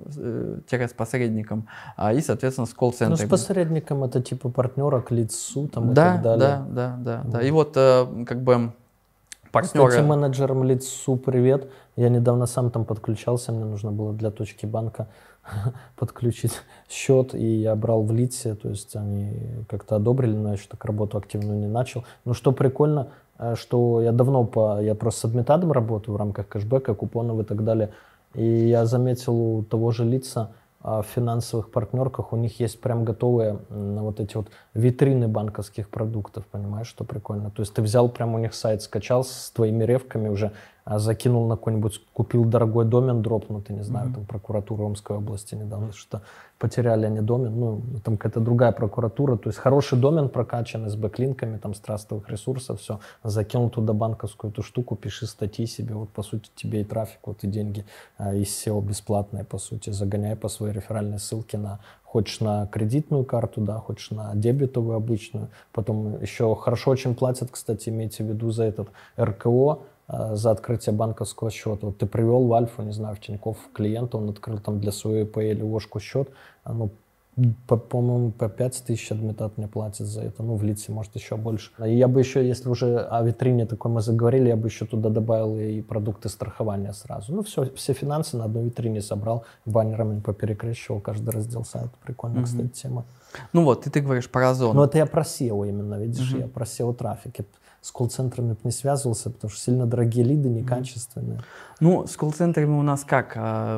с посредником, и, соответственно, с колл-центрами. Ну, с посредником это типа партнера к лицу, там, и да, так далее. Да. И вот, как бы, партнеры... Кстати, менеджерам лицу привет. Я недавно сам там подключался, мне нужно было для точки банка подключить счет, и я брал в лице, то есть они как-то одобрили, но я еще так работу активную не начал. Но что прикольно, что я давно я просто с адмитадом работаю в рамках кэшбэка, купонов и так далее, и я заметил у того же лица, в финансовых партнерках у них есть прям готовые вот эти вот витрины банковских продуктов, понимаешь, что прикольно. То есть ты взял прям у них сайт, скачал с твоими ревками уже, закинул на какой-нибудь, купил дорогой домен, дропнутый, не знаю, там прокуратура Омской области недавно что-то потеряли они домен, ну, там какая-то другая прокуратура, то есть хороший домен прокачанный с бэклинками, там, с трастовых ресурсов, все, закинул туда банковскую эту штуку, пиши статьи себе, вот, по сути, тебе и трафик, вот, и деньги из SEO бесплатные, по сути, загоняй по своей реферальной ссылке хочешь на кредитную карту, да, хочешь на дебетовую обычную, потом еще хорошо очень платят, кстати, имейте в виду за этот РКО, за открытие банковского счета. Вот ты привел в Альфу, не знаю, в Тинькофф клиента, он открыл там для своей ИП или ОШКу счет, ну, по-моему, по 5000 адмитат мне платят за это, ну, в лице, может, еще больше. И я бы еще, если уже о витрине такой мы заговорили, я бы еще туда добавил и продукты страхования сразу. Ну, все финансы на одной витрине собрал, баннерами поперекрещивал каждый раздел сайта. Прикольная, кстати, тема. Ну вот, и ты говоришь про Озон. Ну, это я про SEO именно, видишь, я про SEO-трафик. С колл-центрами не связывался, потому что сильно дорогие лиды, некачественные. Ну, с колл-центрами у нас как?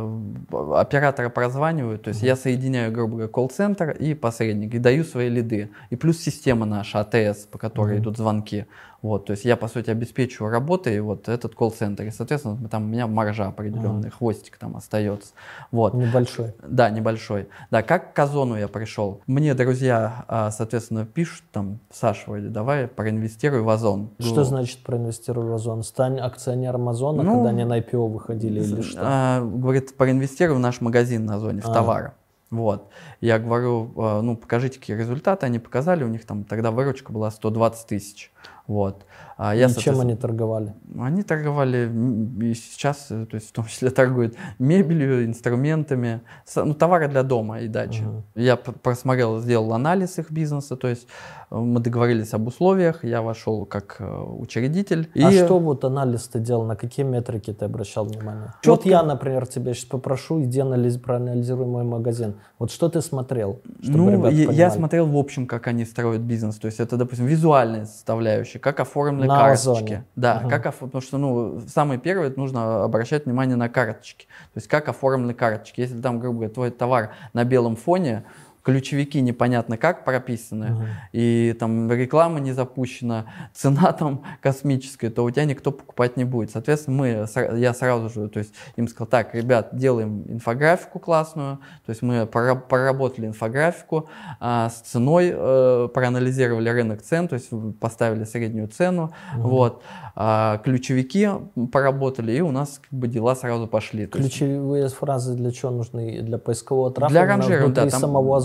Операторы прозванивают, то есть я соединяю, грубо говоря, колл-центр и посредник, и даю свои лиды. И плюс система наша, АТС, по которой идут звонки. Вот, то есть я, по сути, обеспечиваю работой вот этот колл-центр. И, соответственно, там у меня маржа определенная, хвостик там остается. Вот. Небольшой. Да, небольшой. Да, как к Озону я пришел. Мне друзья, соответственно, пишут там, Саша, вроде, давай проинвестируй в Озон. Что значит проинвестируй в Озон? Стань акционером Озона, Ну, когда они на IPO выходили или что? Говорит, проинвестируй в наш магазин на Озоне, в товары. Вот. Я говорю, ну, покажите, какие результаты. Они показали, у них там тогда выручка была 120 тысяч. Вот. И чем они торговали? Они торговали и сейчас, то есть в том числе торгуют мебелью, инструментами, ну, товары для дома и дачи. Я просмотрел, сделал анализ их бизнеса, то есть мы договорились об условиях, я вошел как учредитель. А что вот анализ ты делал, на какие метрики ты обращал внимание? Вот я, например, тебя сейчас попрошу, иди проанализируй мой магазин. Вот что ты смотрел, чтобы ребята понимали? Я смотрел в общем, как они строят бизнес, то есть это, допустим, визуальная составляющая, как оформлены на карточки. Озоне. Да, потому что, ну, самое первое, это нужно обращать внимание на карточки. То есть как оформлены карточки. Если там, грубо говоря, твой товар на белом фоне, ключевики непонятно как прописаны, и там реклама не запущена, цена там космическая, то у тебя никто покупать не будет. Соответственно, я сразу же, то есть им сказал, так, ребят, делаем инфографику классную, то есть мы проработали инфографику с ценой, проанализировали рынок цен, то есть поставили среднюю цену, вот, ключевики поработали, и у нас как бы дела сразу пошли. Ключевые фразы для чего нужны? Для поискового трафика? Для ранжирования, да. Внутри самого Озона?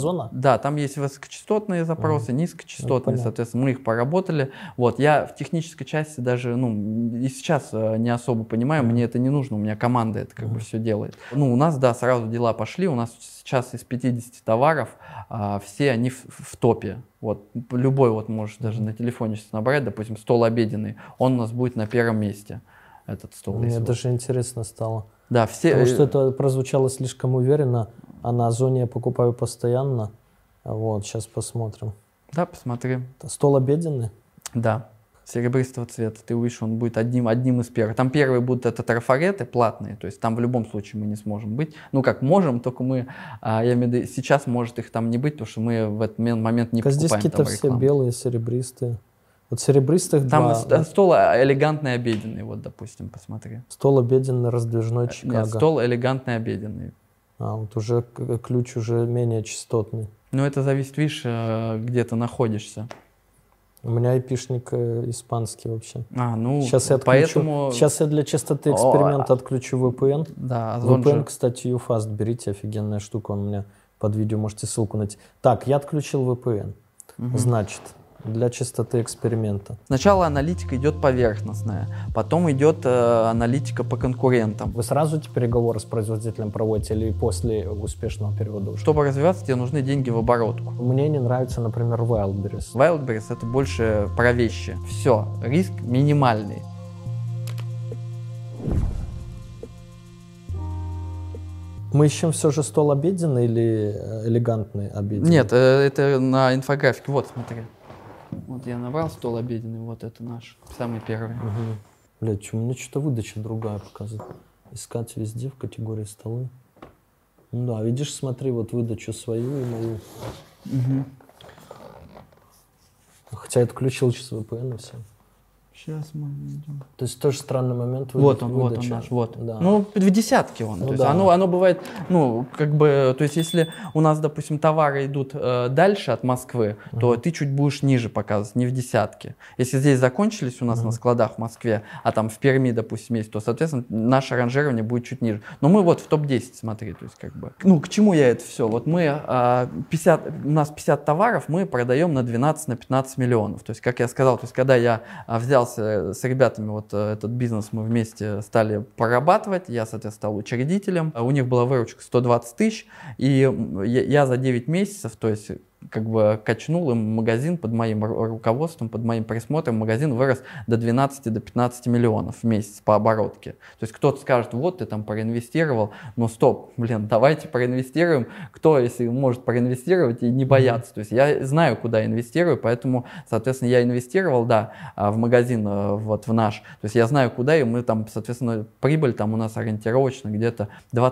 Озона? Да, там есть высокочастотные запросы, низкочастотные, соответственно, мы их поработали. Вот, я в технической части даже, и сейчас не особо понимаю, мне это не нужно, у меня команда это как бы все делает. У нас, да, сразу дела пошли, у нас сейчас из 50 товаров все они в топе. Вот, любой вот можешь даже на телефоне сейчас набрать, допустим, стол обеденный, он у нас будет на первом месте, этот стол. Мне даже интересно стало. Да, все... Потому что это прозвучало слишком уверенно, а на Озоне я покупаю постоянно. Вот, сейчас посмотрим. Да, посмотри. Стол обеденный? Да, серебристого цвета. Ты увидишь, он будет одним из первых. Там первые будут это трафареты платные, то есть там в любом случае мы не сможем быть. Как можем, только мы, я имею в виду, сейчас может их там не быть, потому что мы в этот момент не покупаем здесь какие-то все рекламу. белые, серебристые. Вот серебристых там два. Стол элегантный обеденный, вот, допустим, посмотри. Стол обеденный раздвижной Чикаго. Нет, стол элегантный обеденный. Вот уже ключ уже менее частотный. Это зависит, видишь, где ты находишься. У меня айпишник испанский вообще. Сейчас я отключу. Поэтому... Сейчас я для чистоты эксперимента отключу VPN. Да, VPN, кстати, UFast, берите, офигенная штука, он у меня под видео, можете ссылку найти. Так, я отключил VPN. Значит, для чистоты эксперимента. Сначала аналитика идет поверхностная, потом идет аналитика по конкурентам. Вы сразу эти переговоры с производителем проводите или после успешного перевода? Чтобы развиваться, тебе нужны деньги в оборотку. Мне не нравится, например, Wildberries. Wildberries — это больше про вещи. Все, риск минимальный. Мы ищем все же стол обеденный или элегантный обеденный? Нет, это на инфографике. Вот, смотри. Вот я набрал стол обеденный, вот это наш, самый первый. Блядь, у меня что-то выдача другая показывает. Искать везде в категории столы. Да, видишь, смотри, вот выдачу свою и мою. Хотя я отключил сейчас VPN и все. Сейчас мы идем. То есть тоже странный момент. Вот он наш, вот. Да. В десятке он. То есть оно бывает, то есть если у нас, допустим, товары идут дальше от Москвы, то ты чуть будешь ниже показывать, не в десятке. Если здесь закончились у нас на складах в Москве, а там в Перми, допустим, есть, то, соответственно, наше ранжирование будет чуть ниже. Но мы вот в топ-10, смотри, то есть как бы. К чему я это все? Вот мы у нас 50 товаров, мы продаем на 12-15 миллионов. То есть, как я сказал, то есть когда я взялся с ребятами, вот этот бизнес мы вместе стали прорабатывать, я, соответственно, стал учредителем, у них была выручка 120 тысяч, и я за 9 месяцев, то есть как бы качнул им магазин под моим руководством, под моим присмотром, магазин вырос до 12-15 миллионов в месяц по оборотке. То есть кто-то скажет, вот ты там проинвестировал, но стоп, давайте проинвестируем, кто, если может проинвестировать и не бояться. То есть я знаю, куда инвестирую, поэтому, соответственно, я инвестировал, да, в магазин, вот в наш, то есть я знаю, куда, и мы там, соответственно, прибыль там у нас ориентировочно где-то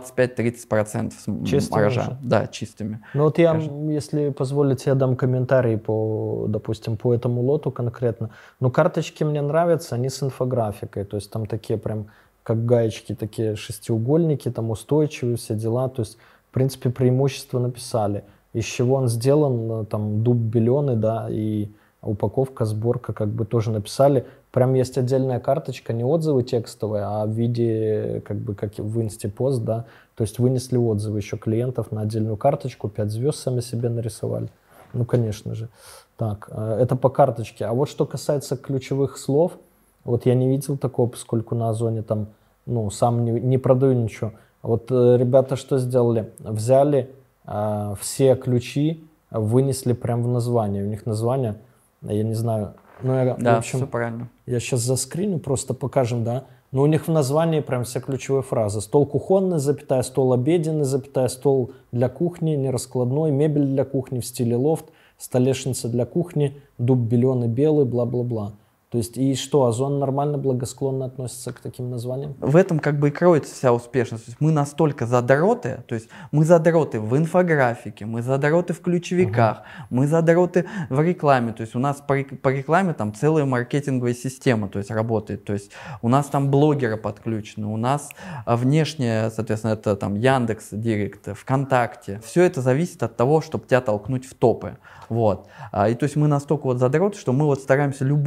25-30% маржа. Да, чистыми. Вот я, если позволите, я дам комментарий допустим, по этому лоту конкретно. Карточки мне нравятся, они с инфографикой, то есть там такие прям, как гаечки, такие шестиугольники, там устойчивые все дела, то есть, в принципе, преимущества написали. Из чего он сделан, там, дуб беленый, да, и упаковка, сборка, как бы тоже написали. Прям есть отдельная карточка, не отзывы текстовые, а в виде, как бы, как в инстипост, да. То есть вынесли отзывы еще клиентов на отдельную карточку, 5 звезд сами себе нарисовали. Конечно же. Так, это по карточке. А вот что касается ключевых слов, вот я не видел такого, поскольку на Озоне там, сам не продаю ничего. Вот ребята что сделали? Взяли все ключи, вынесли прям в название. У них название, я не знаю. Да, в общем, все правильно. Я сейчас заскриню, просто покажем, да. Но у них в названии прям все ключевые фразы. Стол кухонный, запятая, стол обеденный, запятая, стол для кухни, нераскладной, мебель для кухни в стиле лофт, столешница для кухни, дуб беленый, белый, бла-бла-бла. То есть, и что, Озон нормально, благосклонно относится к таким названиям? В этом как бы и кроется вся успешность. То есть мы настолько задроты, то есть мы задроты в инфографике, мы задроты в ключевиках, мы задроты в рекламе. То есть у нас по рекламе там целая маркетинговая система, то есть работает. То есть у нас там блогеры подключены, у нас внешне, соответственно, это там Яндекс.Директ, ВКонтакте. Все это зависит от того, чтобы тебя толкнуть в топы. Вот. И то есть мы настолько вот задроты, что мы вот стараемся любой момент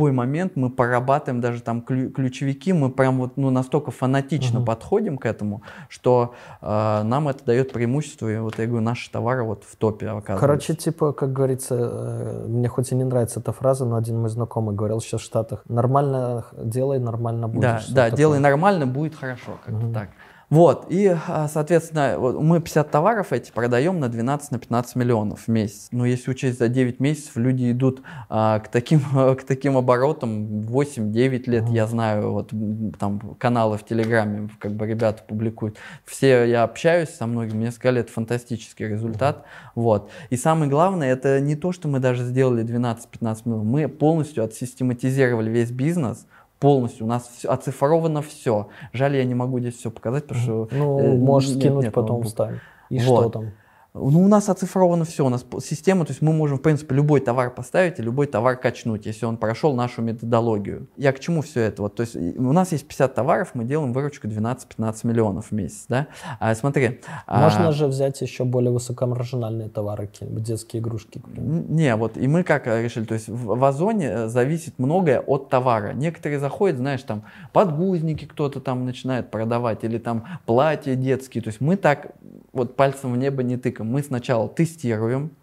сегмент, мы прорабатываем даже там ключевики, мы прям вот настолько фанатично подходим к этому, что нам это дает преимущество, и вот я говорю, наши товары вот в топе оказываются. Короче, типа, как говорится, мне хоть и не нравится эта фраза, но один мой знакомый говорил сейчас в Штатах: нормально делай, нормально будешь. Да, делай нормально, будет хорошо, как-то так. Вот, и, соответственно, мы 50 товаров эти продаем на 12-15 миллионов в месяц. Но если учесть за 9 месяцев, люди идут к таким оборотам 8-9 лет. Я знаю, вот там каналы в Телеграме, как бы ребята публикуют. Все, я общаюсь со многими, мне сказали, это фантастический результат. Вот. И самое главное, это не то, что мы даже сделали 12-15 миллионов, мы полностью отсистематизировали весь бизнес. Полностью. У нас оцифровано все. Жаль, я не могу здесь все показать, потому что... Ну, можешь скинуть, потом вставим. И вот. Что там? Ну, у нас оцифровано все, у нас система, то есть мы можем, в принципе, любой товар поставить и любой товар качнуть, если он прошел нашу методологию. Я к чему все это? Вот, то есть у нас есть 50 товаров, мы делаем выручку 12-15 миллионов в месяц, да? Смотри. Можно же взять еще более высокомаржинальные товары, какие-нибудь детские игрушки. Не, вот, и мы как решили, то есть в Озоне зависит многое от товара. Некоторые заходят, знаешь, там подгузники кто-то там начинает продавать, или там платья детские, то есть мы так вот пальцем в небо не тыкаем. Мы сначала тестируем,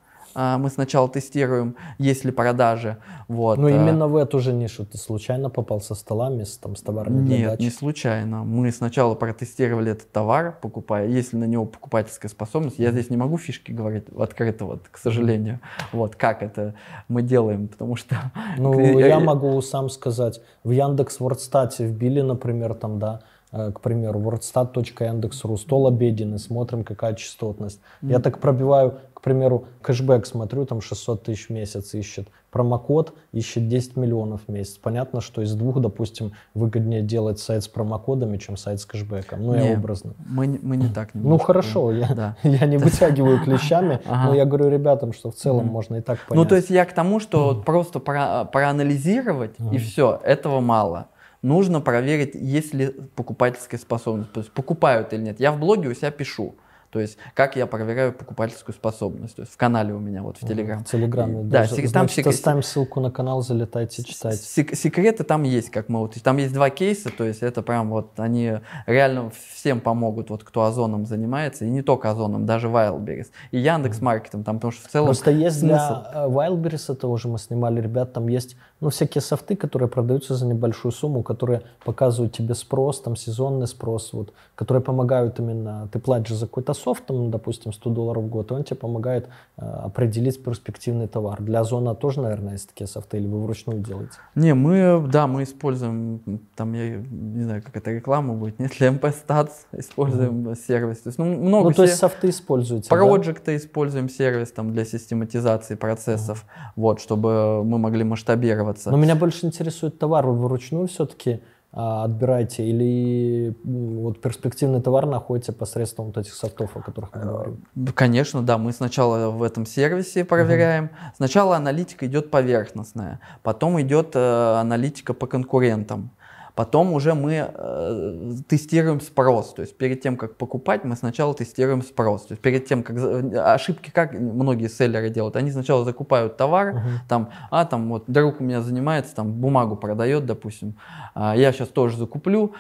есть ли продажи. Вот. Ну, именно в эту же нишу ты случайно попал со столами, с товарами для Нет, дачи? не случайно. Мы сначала протестировали этот товар, покупая, есть ли на него покупательская способность. Я здесь не могу фишки говорить открыто, вот, к сожалению. Вот, как это мы делаем, потому что... Ну, я могу сам сказать. В Яндекс.Вордстате вбили, например, там, да, к примеру, wordstat.yandex.ru, стол обеденный, смотрим, какая частотность. Я так пробиваю, к примеру, кэшбэк смотрю, там 600 тысяч в месяц ищет. Промокод ищет 10 миллионов в месяц. Понятно, что из двух, допустим, выгоднее делать сайт с промокодами, чем сайт с кэшбэком. Ну, я образно. Мы не так. Ну, хорошо, я не вытягиваю клещами, но я говорю ребятам, что в целом можно и так понять. Ну, то есть я к тому, что просто проанализировать и все, этого мало. Нужно проверить, есть ли покупательская способность, то есть покупают или нет. Я в блоге у себя пишу, то есть как я проверяю покупательскую способность, то есть в канале у меня, вот в Телеграме. В Телеграме, да, значит, оставим ссылку на канал, залетайте, читайте. Секреты там есть, как мы вот, там есть 2 кейса, то есть это прям вот они реально всем помогут, вот кто Озоном занимается, и не только Озоном, даже Wildberries, и Яндекс.Маркетом, там, потому что в целом... Просто есть для Wildberries, это уже мы снимали, ребят, там есть, ну, всякие софты, которые продаются за небольшую сумму, которые показывают тебе спрос, там, сезонный спрос, вот, которые помогают именно, ты платишь за какой-то софт, там, допустим, $100 в год, и он тебе помогает определить перспективный товар. Для Озона тоже, наверное, есть такие софты, или вы вручную делаете? Не, мы используем, там, я не знаю, как это реклама будет, нет, для MP-Stats используем сервис. То есть, много то есть софты используете, Проджекты используем сервис там, для систематизации процессов, вот, чтобы мы могли масштабироваться. Но меня больше интересует товар. Вы вручную все-таки отбираете или вот перспективный товар находите посредством вот этих софтов, о которых мы говорим? Конечно, да. Мы сначала в этом сервисе проверяем. Сначала аналитика идет поверхностная, потом идет аналитика по конкурентам. Потом уже мы тестируем спрос, то есть перед тем, как покупать, мы сначала тестируем спрос. То есть перед тем, как ошибки, как многие селлеры делают, они сначала закупают товар, там вот друг у меня занимается, там бумагу продает, допустим, я сейчас тоже закуплю,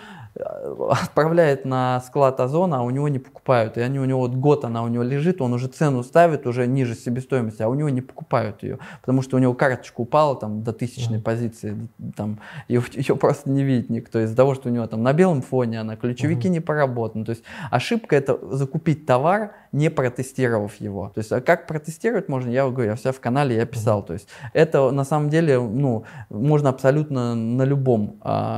отправляет на склад Озона, а у него не покупают. И они у него вот год она у него лежит, он уже цену ставит уже ниже себестоимости, а у него не покупают ее, потому что у него карточка упала там до 1000-й позиции, там, ее просто не видит никто из-за того, что у него там на белом фоне она, ключевики не поработаны. То есть ошибка — это закупить товар, не протестировав его. То есть как протестировать можно, я говорю, я вся в канале, я писал. То есть это на самом деле, ну, можно абсолютно на любом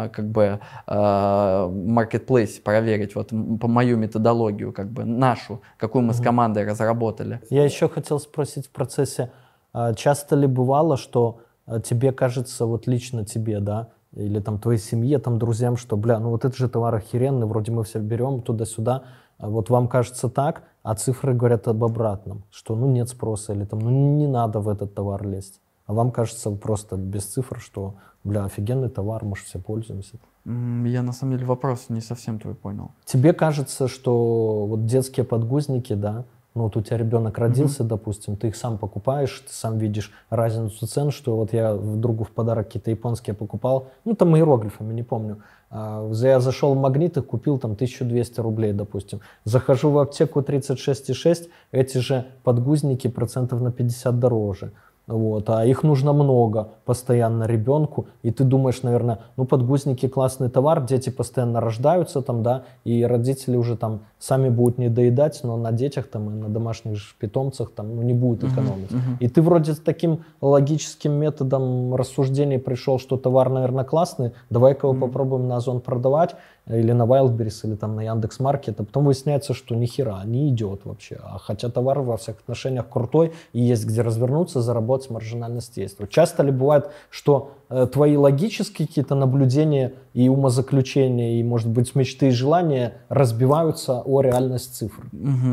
маркетплейсе проверить вот по мою методологию, как бы нашу, какую мы с командой разработали. Я еще хотел спросить в процессе, часто ли бывало, что тебе кажется, вот лично тебе, да, или там твоей семье, там друзьям, что, ну вот это же товар охеренный, вроде мы все берем туда-сюда, вот вам кажется так, а цифры говорят об обратном, что ну нет спроса, или там ну не надо в этот товар лезть. А вам кажется просто без цифр, что, офигенный товар, мы же все пользуемся. Я на самом деле вопрос не совсем твой понял. Тебе кажется, что вот детские подгузники, да, Ну, вот у тебя ребенок родился, допустим, ты их сам покупаешь, ты сам видишь разницу цен, что вот я другу в подарок какие-то японские покупал, ну, там иероглифами, не помню. Я зашел в Магнит и купил там 1200 рублей, допустим. Захожу в аптеку 36,6, эти же подгузники процентов на 50 дороже. Вот, а их нужно много постоянно ребенку, и ты думаешь, наверное, ну, подгузники классный товар, дети постоянно рождаются там, да, и родители уже там сами будут не доедать, но на детях там и на домашних же питомцах там, ну, не будут экономить. И ты вроде с таким логическим методом рассуждений пришел, что товар, наверное, классный, давай-ка его попробуем на Озон продавать, или на Wildberries, или там на Яндекс.Маркет, а потом выясняется, что ни хера не идет вообще. А хотя товар во всех отношениях крутой, и есть где развернуться, заработать, маржинальность есть. Вот часто ли бывает, что твои логические какие-то наблюдения и умозаключения, и, может быть, мечты и желания разбиваются о реальность цифр?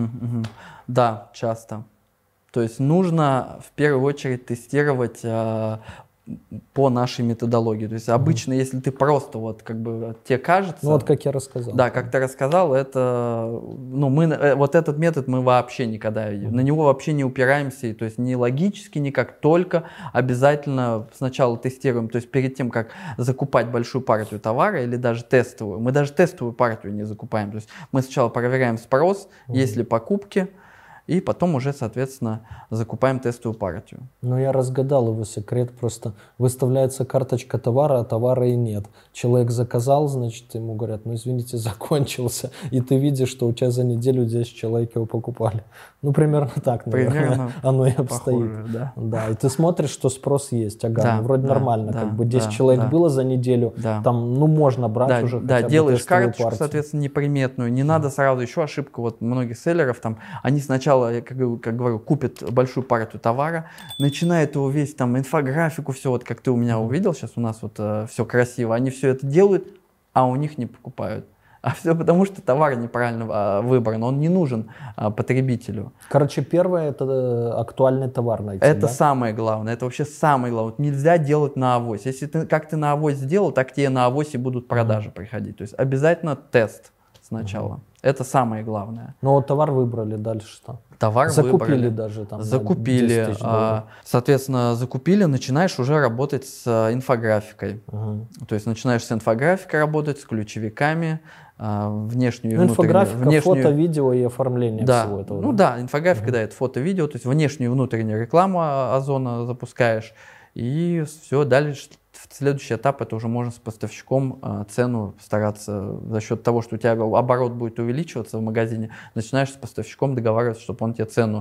Да, часто. То есть нужно в первую очередь тестировать по нашей методологии. То есть обычно, если ты просто вот как бы тебе кажется... Ну вот как я рассказал. Да, как ты рассказал, это... Ну, вот этот метод мы вообще никогда... На него вообще не упираемся. То есть ни логически, никак. Только обязательно сначала тестируем. То есть перед тем, как закупать большую партию товара или даже тестовую. Мы даже тестовую партию не закупаем. То есть мы сначала проверяем спрос, есть ли покупки, и потом уже, соответственно, закупаем тестовую партию. Ну, я разгадал его секрет. Просто выставляется карточка товара, а товара и нет. Человек заказал, значит, ему говорят, ну, извините, закончился. И ты видишь, что у тебя за неделю 10 человек его покупали. Ну, примерно так, наверное, примерно оно и обстоит. Похоже, да. Да, и ты смотришь, что спрос есть. Ага, да, ну, вроде да, нормально. Да, как бы 10 человек было за неделю, там, ну, можно брать уже хотя бы делаешь тестовую карточку, партию. соответственно, неприметную. Не надо сразу, еще ошибка вот многих селлеров, там, они сначала, как говорю, купят большую партию товара, начинают его весь там инфографику, все вот как ты у меня увидел, сейчас у нас вот все красиво, они все это делают, а у них не покупают. А все потому, что товар неправильно выбран, он не нужен потребителю. Короче, первое — это актуальный товар найти. Это да? самое главное, это вообще самое главное. Вот нельзя делать на авось. Если ты, как ты на авось сделал, так тебе на авосе будут продажи приходить. То есть обязательно тест сначала. Это самое главное. Ну вот товар выбрали, дальше что? Товар закупили выбрали. Даже там. Закупили. Соответственно, закупили, начинаешь уже работать с инфографикой. То есть начинаешь с инфографикой работать, с ключевиками, внешнюю и внутреннюю. Инфографика, фото, видео и оформление всего этого. Ну да, инфографика, да, это фото, видео, то есть внешнюю и внутреннюю рекламу Озона запускаешь. И все, дальше следующий этап, это уже можно с поставщиком цену стараться за счет того, что у тебя оборот будет увеличиваться в магазине, начинаешь с поставщиком договариваться, чтобы он тебе цену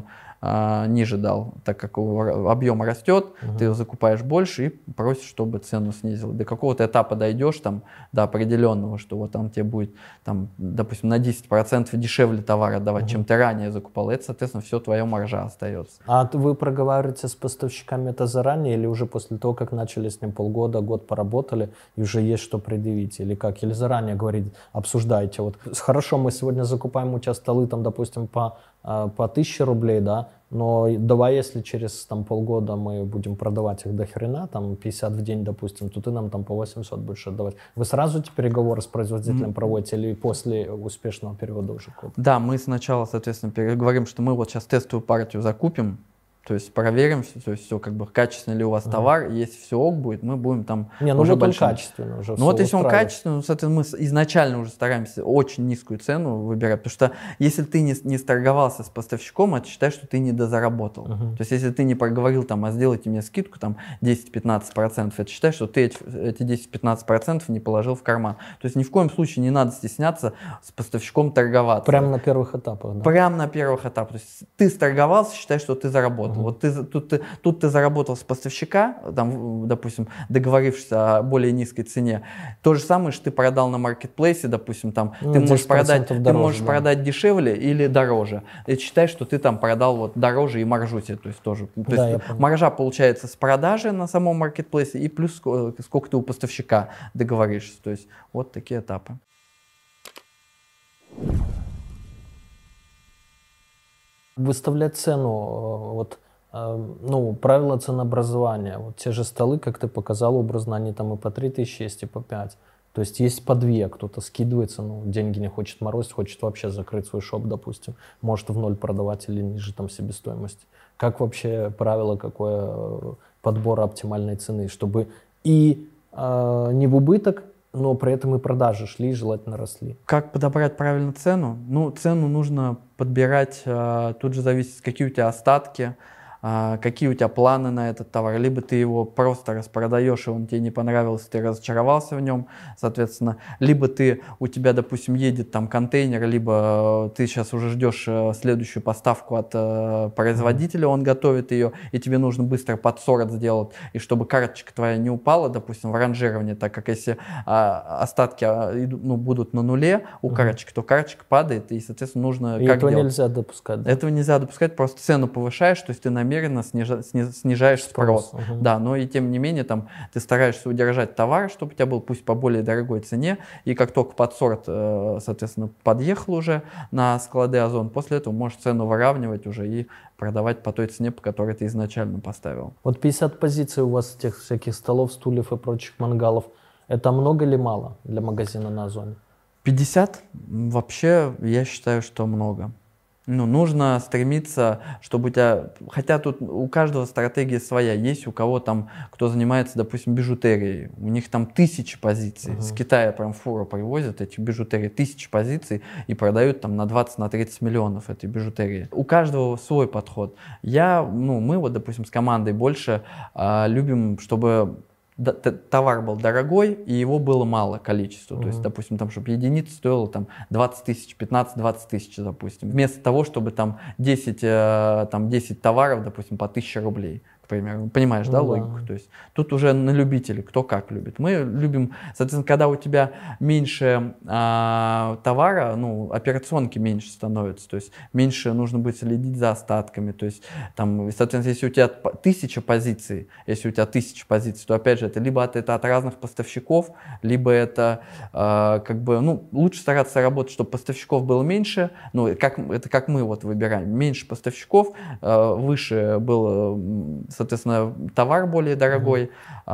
ниже дал, так как объем растет, ты его закупаешь больше и просишь, чтобы цену снизил. До какого-то этапа дойдешь там, до определенного, что вот он тебе будет, там, допустим, на 10% дешевле товара давать, чем ты ранее закупал. Это, соответственно, все твоя маржа остается. А вы проговариваете с поставщиками это заранее или уже после того, как начали с ним полгода, год поработали и уже есть что предъявить? Или как? Или заранее говорить, обсуждаете? Вот хорошо, мы сегодня закупаем у тебя столы, там, допустим, по 1000 рублей, да, но давай, если через там полгода мы будем продавать их до хрена, там 50 в день, допустим, то ты нам там по 800 будешь отдавать. Вы сразу эти переговоры с производителем проводите или после успешного перевода уже кода? Да, мы сначала, соответственно, переговорим, что мы вот сейчас тестовую партию закупим, то есть проверим, то есть все как бы качественно ли у вас товар, если все ок будет, мы будем там не, ну уже вот большим. Он качественно уже. Ну вот если он качественный, соответственно, мы изначально уже стараемся очень низкую цену выбирать, потому что если ты не сторговался с поставщиком, это считай, что ты не дозаработал. То есть если ты не проговорил там, а сделайте мне скидку там 10-15%, это считай, что ты эти 10-15% не положил в карман. То есть ни в коем случае не надо стесняться с поставщиком торговаться. Прямо на первых этапах, да? Прямо на первых этапах. То есть ты сторговался, считай, что ты заработал. Вот тут ты заработал с поставщика, там, допустим, договорившись о более низкой цене. То же самое, что ты продал на маркетплейсе, допустим, там, ты можешь продать дешевле или дороже. И считай, что ты там продал вот дороже и маржу тебе, то есть тоже. То есть маржа получается с продажи на самом маркетплейсе и плюс сколько ты у поставщика договоришься. То есть вот такие этапы. Выставлять цену, вот, ну, правила ценообразования. Вот те же столы, как ты показал образно, они там и по 3000 есть, и по 5. То есть по две, кто-то скидывается, ну, деньги не хочет морозить, хочет вообще закрыть свой шоп, допустим, может в ноль продавать или ниже там себестоимости. Как вообще правило, какое подбора оптимальной цены, чтобы и не в убыток, но при этом и продажи шли, желательно росли? Как подобрать правильно цену? Ну, цену нужно подбирать, тут же зависит, какие у тебя остатки, какие у тебя планы на этот товар. Либо ты его просто распродаешь, и он тебе не понравился, ты разочаровался в нем, соответственно. Либо у тебя, допустим, едет там контейнер, либо ты сейчас уже ждешь следующую поставку от производителя, он готовит ее, и тебе нужно быстро подсорт сделать, и чтобы карточка твоя не упала, допустим, в ранжирование, так как если остатки будут на нуле у карточки, то карточка падает, и, соответственно, нужно... И этого нельзя допускать. Да? Этого нельзя допускать, просто цену повышаешь, то есть ты намеренно снижаешь спрос. Да, но и тем не менее там ты стараешься удержать товар, чтобы у тебя был пусть по более дорогой цене, и как только подсорт, соответственно, подъехал уже на склады Озон, после этого можешь цену выравнивать уже и продавать по той цене, по которой ты изначально поставил. Вот 50 позиций у вас тех всяких столов, стульев и прочих мангалов, это много или мало для магазина на Озоне? 50? Вообще, я считаю, что много. Ну, нужно стремиться, чтобы у тебя... Хотя тут у каждого стратегия своя. Есть у кого там, кто занимается, допустим, бижутерией. У них там 1000 позиций. С Китая прям фуру привозят эти бижутерии. 1000 позиций и продают там на 20-30 миллионов этой бижутерии. У каждого свой подход. Мы вот, допустим, с командой больше любим, чтобы... товар был дорогой, и его было мало количество. То есть, допустим, там, чтобы единица стоила там 20 тысяч, 15-20 тысяч, допустим. Вместо того, чтобы там 10 товаров, допустим, по 1000 рублей. К примеру. Понимаешь, да, логику? То есть тут уже на любителей, кто как любит. Мы любим, соответственно, когда у тебя меньше товара, операционки меньше становятся, то есть меньше нужно будет следить за остатками, то есть там, соответственно, если у тебя 1000 позиций, то опять же это либо от разных поставщиков, либо это лучше стараться работать, чтобы поставщиков было меньше, как мы вот выбираем, меньше поставщиков, выше было, соответственно, товар более дорогой,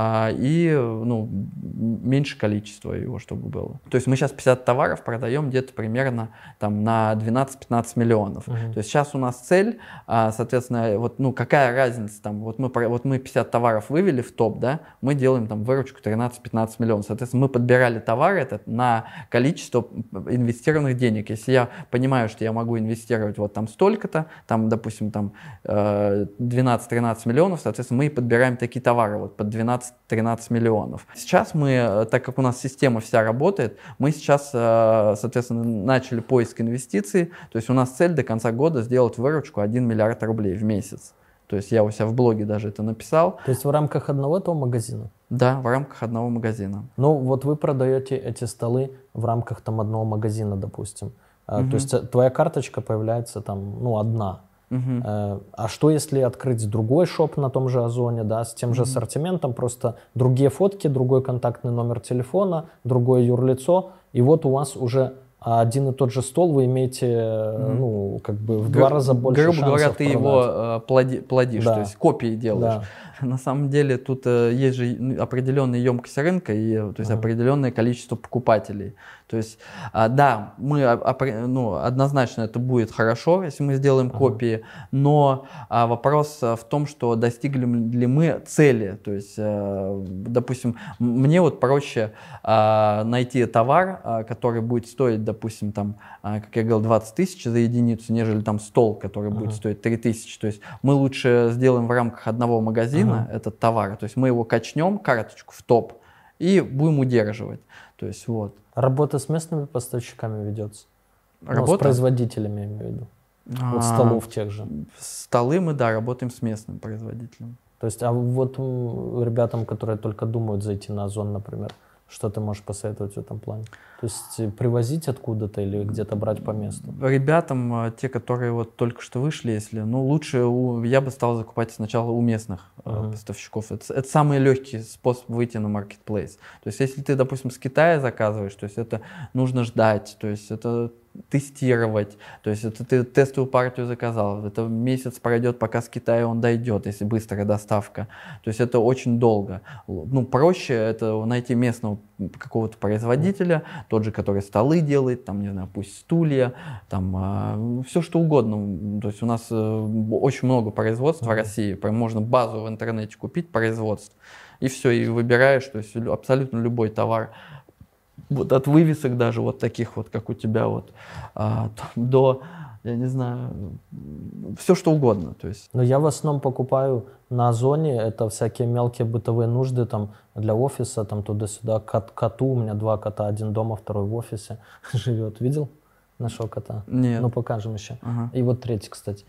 меньше количество его, чтобы было. То есть мы сейчас 50 товаров продаем где-то примерно там, на 12-15 миллионов. То есть сейчас у нас цель, соответственно, какая разница, там, мы 50 товаров вывели в топ, да, мы делаем там выручку 13-15 миллионов. Соответственно, мы подбирали товар этот на количество инвестированных денег. Если я понимаю, что я могу инвестировать вот там столько-то, там, допустим, там 12-13 миллионов, соответственно, мы подбираем такие товары вот под 12-13 миллионов. Сейчас мы, так как у нас система вся работает, мы сейчас, соответственно, начали поиск инвестиций. То есть у нас цель до конца года сделать выручку 1 миллиард рублей в месяц. То есть я у себя в блоге даже это написал. То есть в рамках одного этого магазина? Да, в рамках одного магазина. Ну вот вы продаете эти столы в рамках там одного магазина, допустим. То есть твоя карточка появляется там, одна. А что если открыть другой шоп на том же Озоне, да, с тем же ассортиментом, просто другие фотки, другой контактный номер телефона, другое юрлицо, и вот у вас уже один и тот же стол, вы имеете, в 2 раза больше шансов грубо говоря, ты продать. Его плодишь, Да. То есть копии делаешь. Да. На самом деле тут есть же определенная емкость рынка и то есть определенное количество покупателей. То есть, да, однозначно это будет хорошо, если мы сделаем копии, но вопрос в том, что достигли ли мы цели. То есть, допустим, мне вот проще найти товар, который будет стоить, допустим, там, как я говорил, 20 тысяч за единицу, нежели там стол, который будет стоить 3000. То есть мы лучше сделаем в рамках одного магазина этот товар. То есть мы его качнем, карточку в топ, и будем удерживать. То есть вот. Работа с местными поставщиками ведется? Работа? С производителями, я имею в виду. Вот столов тех же. Столы мы, да, работаем с местным производителем. То есть, а вот ребятам, которые только думают зайти на Озон, например, что ты можешь посоветовать в этом плане? То есть привозить откуда-то или где-то брать по месту? Ребятам, те, которые вот только что вышли, если, лучше я бы стал закупать сначала у местных поставщиков. Это самый легкий способ выйти на маркетплейс. То есть если ты, допустим, с Китая заказываешь, то есть это нужно ждать, то есть это тестировать. То есть это ты тестовую партию заказал, это месяц пройдет, пока с Китая он дойдет, если быстрая доставка. То есть это очень долго. Ну, проще это найти местного какого-то производителя, тот же, который столы делает, там, не знаю, пусть стулья, там, все что угодно. То есть у нас очень много производств в России, прям можно базу в интернете купить производств, и все, и выбираешь, то есть абсолютно любой товар. Вот от вывесок даже вот таких вот, как у тебя вот, до, я не знаю, все что угодно. То есть. Но я в основном покупаю на Озоне, это всякие мелкие бытовые нужды там для офиса, там туда-сюда, коту, у меня 2 кота, один дома, второй в офисе живет. Видел нашего кота? Нет. Ну, покажем еще. Ага. И вот третий, кстати.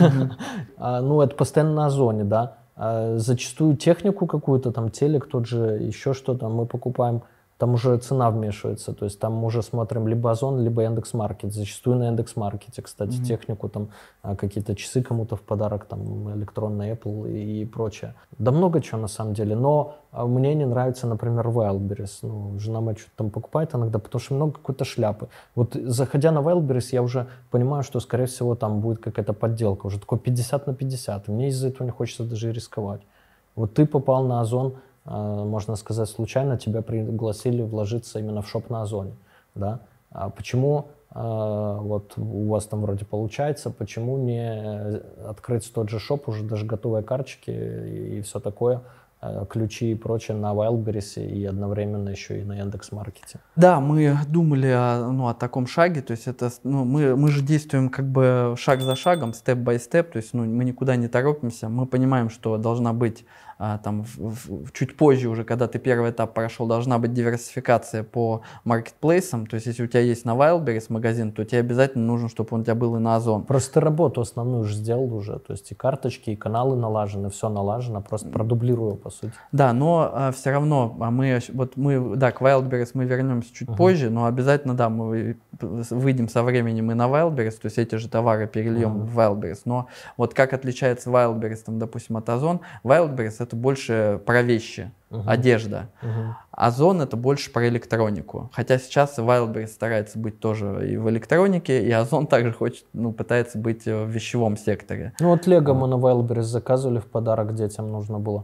Ну, это постоянно на Озоне, да. Зачастую технику какую-то, там телек, тот же, еще что-то мы покупаем. Там уже цена вмешивается, то есть там мы уже смотрим либо Озон, либо Яндекс.Маркет. Зачастую на Яндекс.Маркете, кстати, технику, там какие-то часы кому-то в подарок, там электронный Apple и прочее. Да много чего на самом деле, но мне не нравится, например, Wildberries. Ну, жена моя что-то там покупает иногда, потому что много какой-то шляпы. Вот заходя на Wildberries, я уже понимаю, что, скорее всего, там будет какая-то подделка, уже такой 50 на 50. И мне из-за этого не хочется даже рисковать. Вот ты попал на Озон, можно сказать, случайно тебя пригласили вложиться именно в шоп на Озоне, да? А почему вот у вас там вроде получается, почему не открыть тот же шоп, уже даже готовые карточки и все такое, ключи и прочее на Wildberries и одновременно еще и на Яндекс.Маркете? Да, мы думали о таком шаге, то есть это, мы же действуем как бы шаг за шагом, степ-бай-степ, то есть мы никуда не торопимся, мы понимаем, что должна быть там чуть позже уже, когда ты первый этап прошел, должна быть диверсификация по маркетплейсам, то есть если у тебя есть на Wildberries магазин, то тебе обязательно нужно, чтобы он у тебя был и на Озон. Просто ты работу основную уже сделал уже, то есть и карточки, и каналы налажены, все налажено, просто продублирую по сути. Да, но все равно к Wildberries мы вернемся чуть позже, но обязательно, да, мы выйдем со временем и на Wildberries, то есть эти же товары перельем в Wildberries, но вот как отличается Wildberries, там, допустим, от Озон, Wildberries это больше про вещи, одежда. Озон это больше про электронику. Хотя сейчас Wildberries старается быть тоже и в электронике, и Озон также хочет, пытается быть в вещевом секторе. Ну вот Лего мы на Wildberries заказывали в подарок детям, нужно было.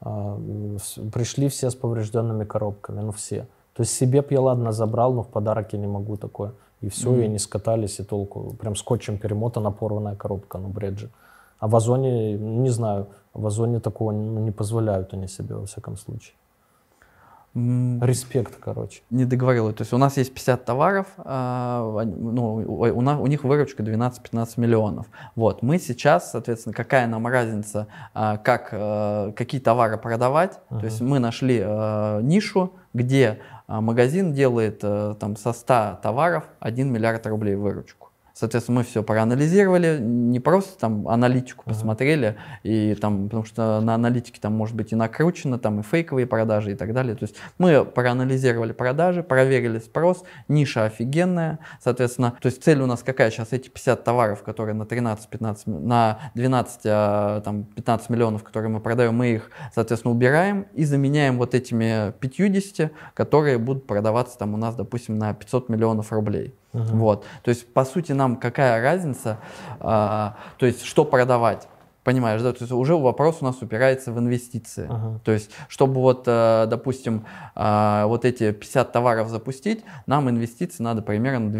Пришли все с поврежденными коробками, все. То есть себе б я ладно забрал, но в подарок я не могу такое. И все, и они скатались, и толку. Прям скотчем перемотана порванная коробка, бред же. А в Озоне, не знаю, в Озоне такого не позволяют они себе, во всяком случае. Респект, короче. Не договорил. То есть у нас есть 50 товаров, у них выручка 12-15 миллионов. Вот. Мы сейчас, соответственно, какая нам разница, какие товары продавать. То есть мы нашли нишу, где магазин делает там, со 100 товаров 1 миллиард рублей выручку. Соответственно, мы все проанализировали, не просто там аналитику посмотрели, и там, потому что на аналитике там может быть и накручено, там и фейковые продажи и так далее. То есть мы проанализировали продажи, проверили спрос, ниша офигенная, соответственно, то есть цель у нас какая сейчас? Эти 50 товаров, которые на 12-15 миллионов, которые мы продаем, мы их, соответственно, убираем и заменяем вот этими 50, которые будут продаваться там у нас, допустим, на 500 миллионов рублей. Вот. То есть, по сути, нам какая разница, то есть, что продавать? Понимаешь, да? То есть уже вопрос у нас упирается в инвестиции. То есть, чтобы вот, допустим, вот эти 50 товаров запустить, нам инвестиций надо примерно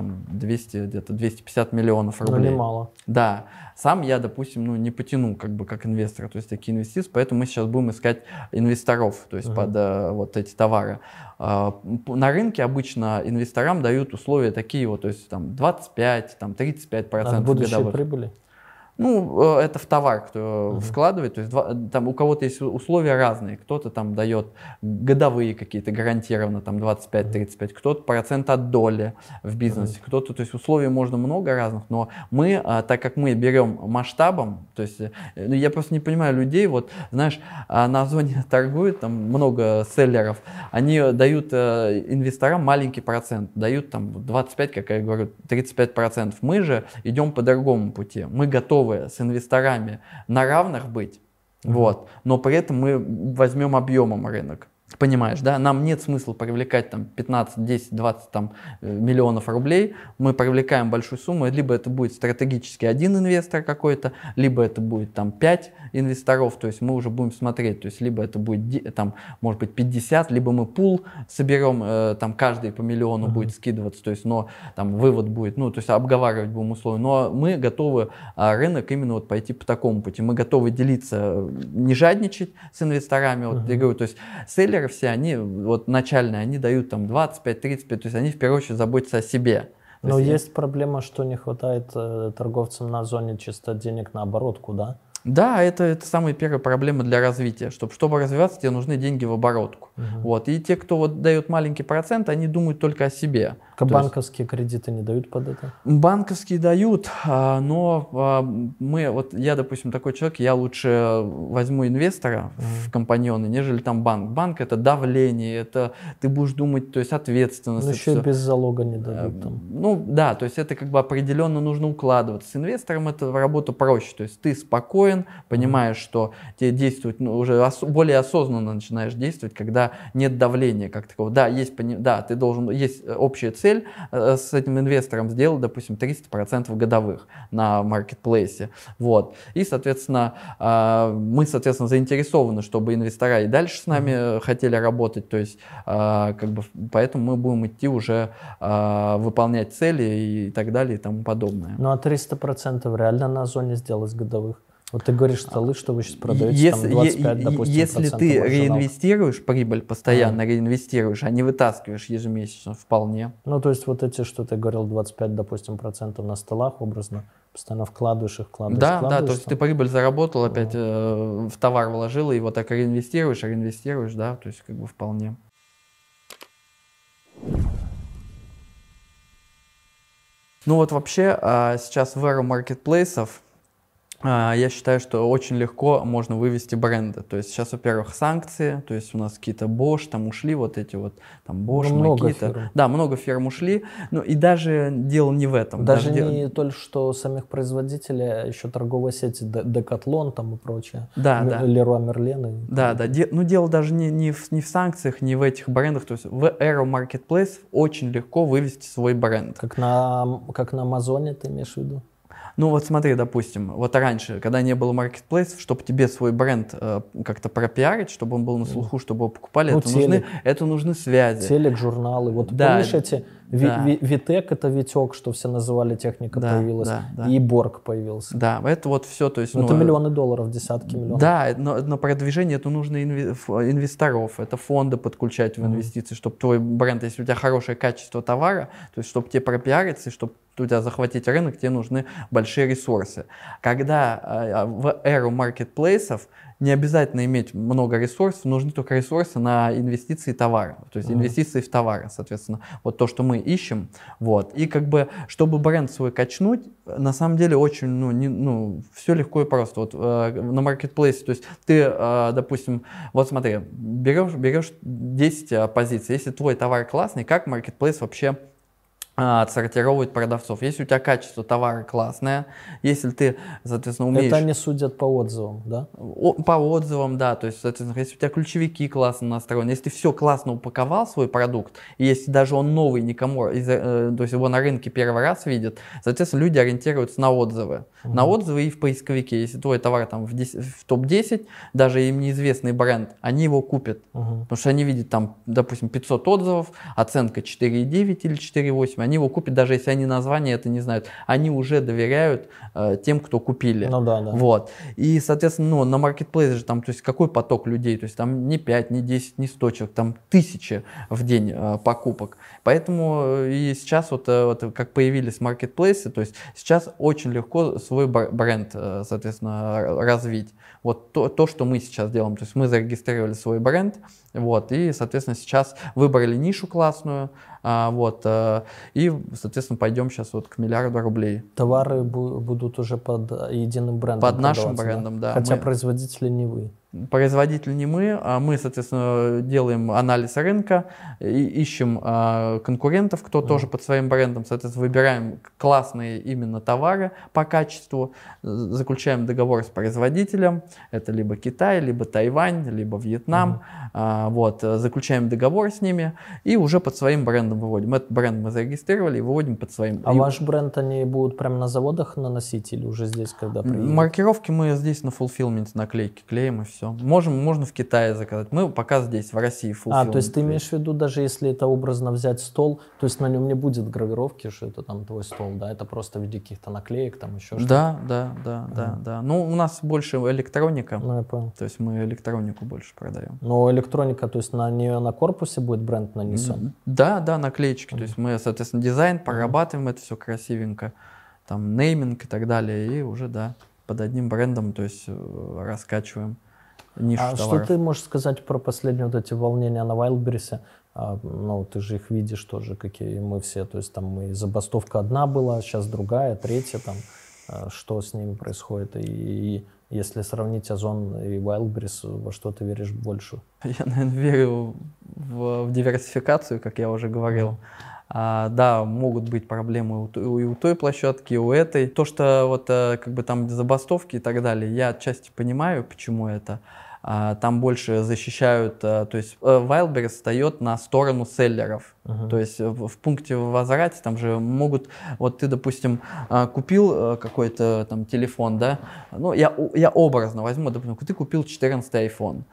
250 миллионов рублей. Ну, немало. Да. Сам я, допустим, не потяну как инвестор, то есть такие инвестиции, поэтому мы сейчас будем искать инвесторов, то есть под вот эти товары. На рынке обычно инвесторам дают условия такие вот, то есть там 25-35% будущей прибыли? Ну, это в товар, кто вкладывает, то есть там у кого-то есть условия разные, кто-то там дает годовые какие-то гарантированно, там 25-35, кто-то процент от доли в бизнесе, кто-то, то есть условий можно много разных, но мы, так как мы берем масштабом, то есть я просто не понимаю людей, вот, знаешь, на Озоне торгуют, там много селлеров, они дают инвесторам маленький процент, дают там 25, как я говорю, 35%, мы же идем по другому пути, мы готовы с инвесторами на равных быть, вот, но при этом мы возьмем объемом рынок. Понимаешь, да? Нам нет смысла привлекать там 15, 10, 20 там, миллионов рублей. Мы привлекаем большую сумму, либо это будет стратегически один инвестор какой-то, либо это будет там 5 инвесторов, то есть мы уже будем смотреть, то есть либо это будет там, может быть, 50, либо мы пул соберем, там каждый по миллиону будет скидываться, то есть, но там вывод будет, ну, то есть обговаривать будем условия, но мы готовы рынок именно вот пойти по такому пути, мы готовы делиться, не жадничать с инвесторами, вот я говорю, то есть селлеры все, они вот начальные, они дают там 25-35, то есть они в первую очередь заботятся о себе. Но есть проблема, что не хватает торговцам на Озоне чисто денег на оборотку, да? Да, это самая первая проблема для развития. Чтобы развиваться, тебе нужны деньги в оборотку. Вот. И те, кто вот дает маленький процент, они думают только о себе. Банковские кредиты не дают под это? Банковские дают, но я, допустим, такой человек, я лучше возьму инвестора в компаньоны, нежели там банк. Банк — это давление, это ты будешь думать, то есть ответственность. Но еще и без залога не дадут там. Ну да, то есть это как бы определенно нужно укладываться. С инвестором это работа проще, то есть ты спокоен, понимаешь, что тебе действовать, уже более осознанно начинаешь действовать, когда нет давления как такового. Да, ты должен, есть общая цель с этим инвестором сделать, допустим, 300% годовых на маркетплейсе. Вот. И, соответственно, мы, заинтересованы, чтобы инвестора и дальше с нами хотели работать. То есть, поэтому мы будем идти уже выполнять цели и так далее и тому подобное. Ну а 300% реально на Озоне сделать годовых? Вот ты говоришь, столы, что вы сейчас продаете, там 25, допустим, если ты реинвестируешь прибыль, постоянно реинвестируешь, а не вытаскиваешь ежемесячно, вполне. Ну, то есть вот эти, что ты говорил, 25, допустим, процентов на столах образно, постоянно вкладываешь, Да, то есть ты прибыль заработал, опять в товар вложил, и его так реинвестируешь, да, то есть как бы вполне. Ну вот вообще сейчас в эру маркетплейсов я считаю, что очень легко можно вывести бренды. То есть сейчас, во-первых, санкции, то есть у нас какие-то Bosch, там ушли вот эти вот, там Bosch, Makita. Да, много фирм ушли. Ну и даже дело не в этом. Даже не только что самих производителей, а еще торговые сети Decathlon там и прочее. Да. Leroy Merlin. Да. Ну дело даже не в санкциях, не в этих брендах. То есть в эру маркетплейсов очень легко вывести свой бренд. Как на Амазоне ты имеешь в виду? Ну вот смотри, допустим, вот раньше, когда не было маркетплейсов, чтобы тебе свой бренд как-то пропиарить, чтобы он был на слуху, чтобы его покупали, это нужны связи. Телек, журналы. Вот помнишь эти Витек, это Витек, что все называли, техника появилась, и Борг появился. Да, это вот все. То есть, это миллионы долларов, десятки миллионов. Да, но продвижение это нужно инвесторов, это фонды подключать в инвестиции, чтобы твой бренд, если у тебя хорошее качество товара, то есть чтобы тебе пропиариться, и чтобы у тебя захватить рынок, тебе нужны большие ресурсы. Когда в эру маркетплейсов не обязательно иметь много ресурсов, нужны только ресурсы на инвестиции в товары, то есть инвестиции в товары, соответственно, вот то, что мы ищем, вот. И как бы, чтобы бренд свой качнуть, на самом деле очень, все легко и просто. Вот на маркетплейсе, то есть ты, допустим, вот смотри, берешь 10 позиций, если твой товар классный, как маркетплейс вообще отсортировывать продавцов. Если у тебя качество товара классное, если ты, соответственно, умеешь... Это они судят по отзывам, да? По отзывам, да. То есть, соответственно, если у тебя ключевики классно настроены, если ты все классно упаковал, свой продукт, и если даже он новый, никому, то есть его на рынке первый раз видят, соответственно, люди ориентируются на отзывы. На отзывы и в поисковике. Если твой товар там в топ-10, даже им неизвестный бренд, они его купят. Потому что они видят там, допустим, 500 отзывов, оценка 4,9 или 4,8. Они его купят, даже если они название это не знают. Они уже доверяют тем, кто купили. Ну да. Вот. И, соответственно, на маркетплейсе же там, то есть какой поток людей? То есть там не 5, не 10, не 100 человек, там 1000 в день покупок. Поэтому и сейчас вот как появились маркетплейсы, то есть сейчас очень легко свой бренд, соответственно, развить. Вот то, что мы сейчас делаем. То есть мы зарегистрировали свой бренд, вот, и, соответственно, сейчас выбрали нишу классную, и, соответственно, пойдем сейчас вот к $1 миллиарду рублей. Товары будут уже под единым брендом. Под нашим брендом, да. Хотя производители не вы. производитель не мы, а мы, соответственно, делаем анализ рынка, ищем конкурентов, кто тоже под своим брендом, соответственно, выбираем классные именно товары по качеству, заключаем договор с производителем, это либо Китай, либо Тайвань, либо Вьетнам, вот, заключаем договор с ними и уже под своим брендом выводим. Этот бренд мы зарегистрировали и выводим под своим. А ваш бренд они будут прямо на заводах наносить или уже здесь, когда приедут? Маркировки мы здесь на Fulfillment наклейки клеим и все. Можно в Китае заказать. Мы пока здесь, в России, Fulfillment. То есть ты имеешь в виду, даже если это образно взять стол, то есть на нем не будет гравировки, что это там твой стол, да? Это просто в виде каких-то наклеек, там еще что-то? Да. Ну, у нас больше электроника. Ну, я понял. То есть мы электронику больше продаем. Но электроника, то есть на нее на корпусе будет бренд нанесен? Да, наклеечки. То есть мы, соответственно, дизайн прорабатываем это все красивенько, там нейминг и так далее, и уже, да, под одним брендом, то есть раскачиваем нишу товаров. Что ты можешь сказать про последние вот эти волнения на Wildberries? Ну, ты же их видишь тоже, какие мы все, то есть там и забастовка одна была, сейчас другая, третья, там, что с ними происходит, и если сравнить Озон и Wildberries, во что ты веришь больше? Я, наверное, верю в диверсификацию, как я уже говорил. Да, могут быть проблемы и у той площадки, и у этой. То, что вот как бы там забастовки и так далее, я отчасти понимаю, почему это. Там больше защищают, то есть Wildberries встает на сторону селлеров. То есть в пункте возврата там же могут, вот ты, допустим, купил какой-то там телефон, да, ну я образно возьму, допустим, ты купил 14-й iPhone.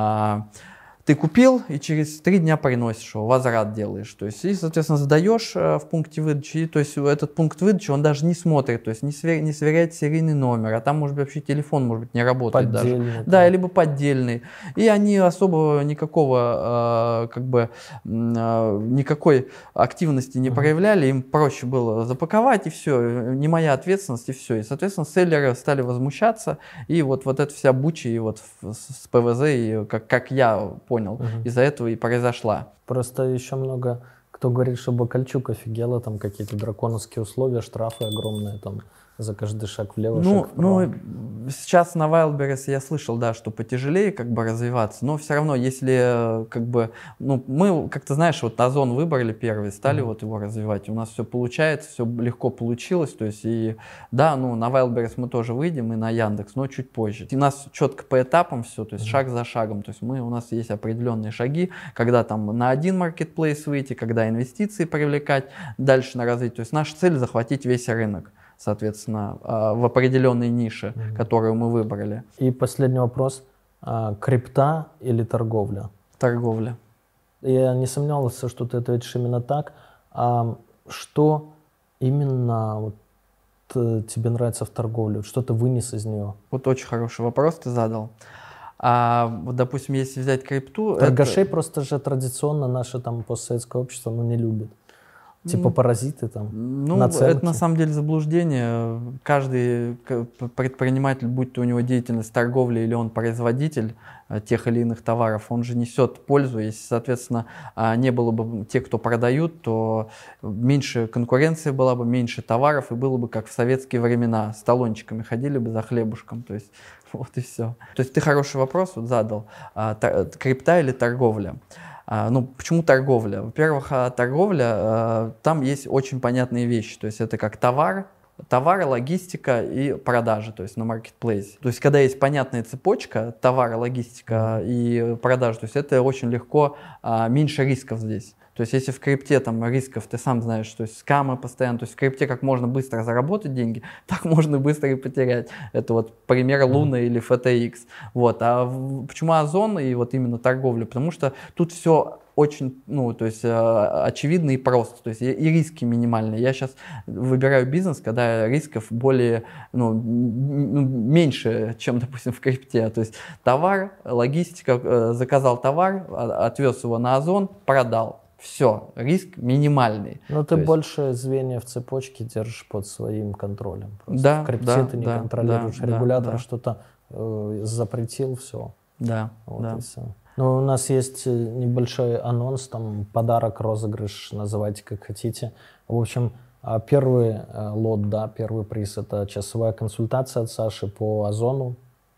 Ты купил и через 3 дня приносишь его, возврат делаешь. То есть, и, соответственно, сдаешь в пункте выдачи. И, то есть этот пункт выдачи, он даже не смотрит, то есть не сверяет серийный номер. А там, может быть, вообще телефон, может быть, не работает поддельный, даже. Да, либо поддельный. И они особо никакого, как бы, никакой активности не проявляли. Им проще было запаковать, и все. Не моя ответственность, и все. И, соответственно, селлеры стали возмущаться. И вот эта вся буча и вот с ПВЗ, и как я понял, из-за этого и произошла. Просто еще много кто говорит, что Бакальчук офигела, там какие-то драконовские условия, штрафы огромные там за каждый шаг влево, шаг вправо. Ну, сейчас на Wildberries я слышал, да, что потяжелее как бы развиваться, но все равно, если как бы, ну, мы, как ты знаешь, вот Озон выбрали первый, стали вот его развивать, у нас все получается, все легко получилось, то есть, и да, ну, на Wildberries мы тоже выйдем, и на Яндекс, но чуть позже. И у нас четко по этапам все, то есть шаг за шагом, то есть у нас есть определенные шаги, когда там на один маркетплейс выйти, когда инвестиции привлекать, дальше на развитие, то есть наша цель захватить весь рынок, соответственно, в определенной нише, которую мы выбрали. И последний вопрос. Крипта или торговля? Торговля. Я не сомневался, что ты ответишь именно так. Что именно вот тебе нравится в торговле? Что ты вынес из нее? Вот очень хороший вопрос ты задал. Вот, допустим, если взять крипту... Торгашей просто же традиционно наше там постсоветское общество не любит. Типа паразиты там, наценки. Это на самом деле заблуждение. Каждый предприниматель, будь то у него деятельность торговли или он производитель тех или иных товаров, он же несет пользу. Если, соответственно, не было бы тех, кто продают, то меньше конкуренции была бы, меньше товаров, и было бы как в советские времена. С талончиками ходили бы за хлебушком. То есть, вот и все. То есть ты хороший вопрос вот задал. Крипта или торговля? Ну, почему торговля? Во-первых, торговля, там есть очень понятные вещи. То есть это как товары, логистика и продажи, то есть на маркетплейсе. То есть когда есть понятная цепочка, товары, логистика и продажи, то есть это очень легко, меньше рисков здесь. То есть если в крипте там рисков, ты сам знаешь, то есть скамы постоянно, то есть в крипте как можно быстро заработать деньги, так можно быстро и потерять. Это вот пример Луна или FTX. Вот. А почему Озон и вот именно торговля? Потому что тут все очень, ну, то есть очевидно и просто, то есть и риски минимальные. Я сейчас выбираю бизнес, когда рисков более, меньше, чем, допустим, в крипте. То есть товар, логистика, заказал товар, отвез его на Озон, продал. Все, риск минимальный. Но ты больше звенья в цепочке держишь под своим контролем. Просто да, в крипте ты не контролируешь. Регулятор что-то запретил, все. Да, вот и все. Но у нас есть небольшой анонс, там подарок, розыгрыш, называйте как хотите. В общем, первый лот, да, первый приз — это часовая консультация от Саши по Озону.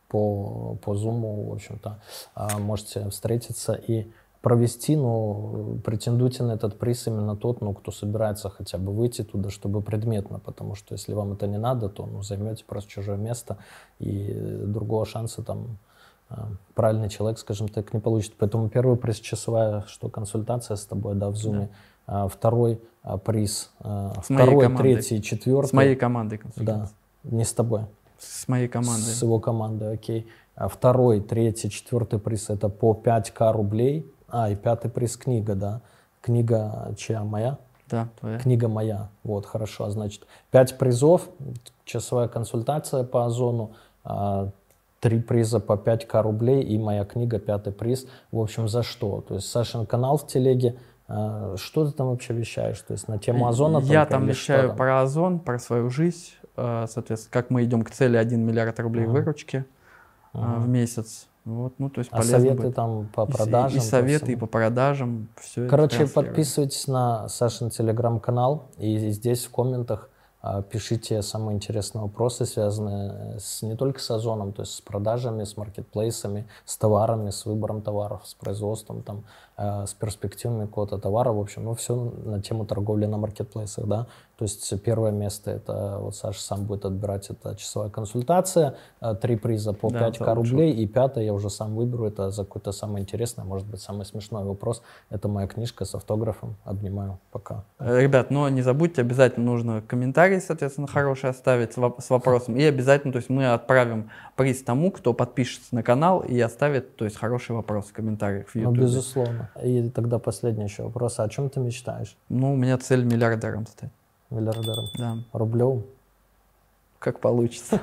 по Zoom, в общем-то, можете встретиться и провести, претендуйте на этот приз именно тот, кто собирается хотя бы выйти туда, чтобы предметно, потому что если вам это не надо, то займете просто чужое место, и другого шанса там правильный человек, скажем так, не получит. Поэтому первый приз часовая, что консультация с тобой, в Zoom. Да. Второй приз, второй, третий, четвертый. С моей командой консультация. Да, не с тобой. С моей командой. С его командой, окей. Второй, третий, четвертый приз это по 5К рублей. И пятый приз книга, да. Книга чья? Моя? Да, твоя. Книга моя. Вот, хорошо. Значит, 5 призов, часовая консультация по Озону, 3 приза по 5К рублей и моя книга, 5-й приз. В общем, за что? То есть Сашин канал в телеге. Что ты там вообще вещаешь? То есть на тему Озона? Я там вещаю про Озон, про свою жизнь. Соответственно, как мы идем к цели 1 миллиард рублей выручки в месяц. Вот, то есть советы будет. Там по продажам? И советы, и по продажам. Все Короче, подписывайтесь на Сашин телеграм-канал, и здесь в комментах пишите самые интересные вопросы, связанные не только с Озоном, то есть с продажами, с маркетплейсами, с товарами, с выбором товаров, с производством, с перспективами какого-то товара. В общем, все на тему торговли на маркетплейсах, да. То есть первое место, это вот Саша сам будет отбирать, это часовая консультация, 3 приза по 5К рублей, и 5-е я уже сам выберу, это за какое-то самое интересное, может быть, самый смешной вопрос. Это моя книжка с автографом. Обнимаю. Пока. Ребят, не забудьте, обязательно нужно комментарий, соответственно, хороший оставить с вопросом. И обязательно, то есть мы отправим приз тому, кто подпишется на канал и оставит, то есть хороший вопрос в комментариях в YouTube. Безусловно. И тогда последний еще вопрос. О чем ты мечтаешь? У меня цель миллиардером стать. Миллиардером? Да. Рублевым? Как получится.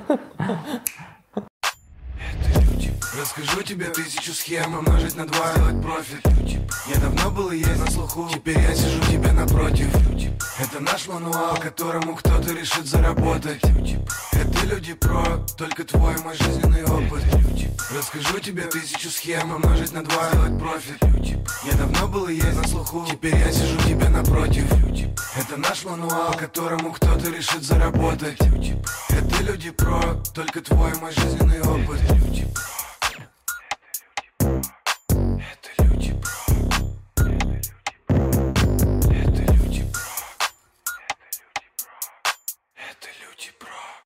Расскажу тебе 1000 схем, умножить на 2, сделать профит. Я давно был и есть на слуху, теперь я сижу тебе напротив. Это наш мануал, которому кто-то решит заработать. Это люди про, только твой мой жизненный опыт. Расскажу тебе 1000 схем, умножить на 2, сделать профит. Я давно был и есть на слуху, теперь я сижу тебе напротив. Это наш мануал, которому кто-то решит заработать. Это люди про, только твой мой жизненный опыт.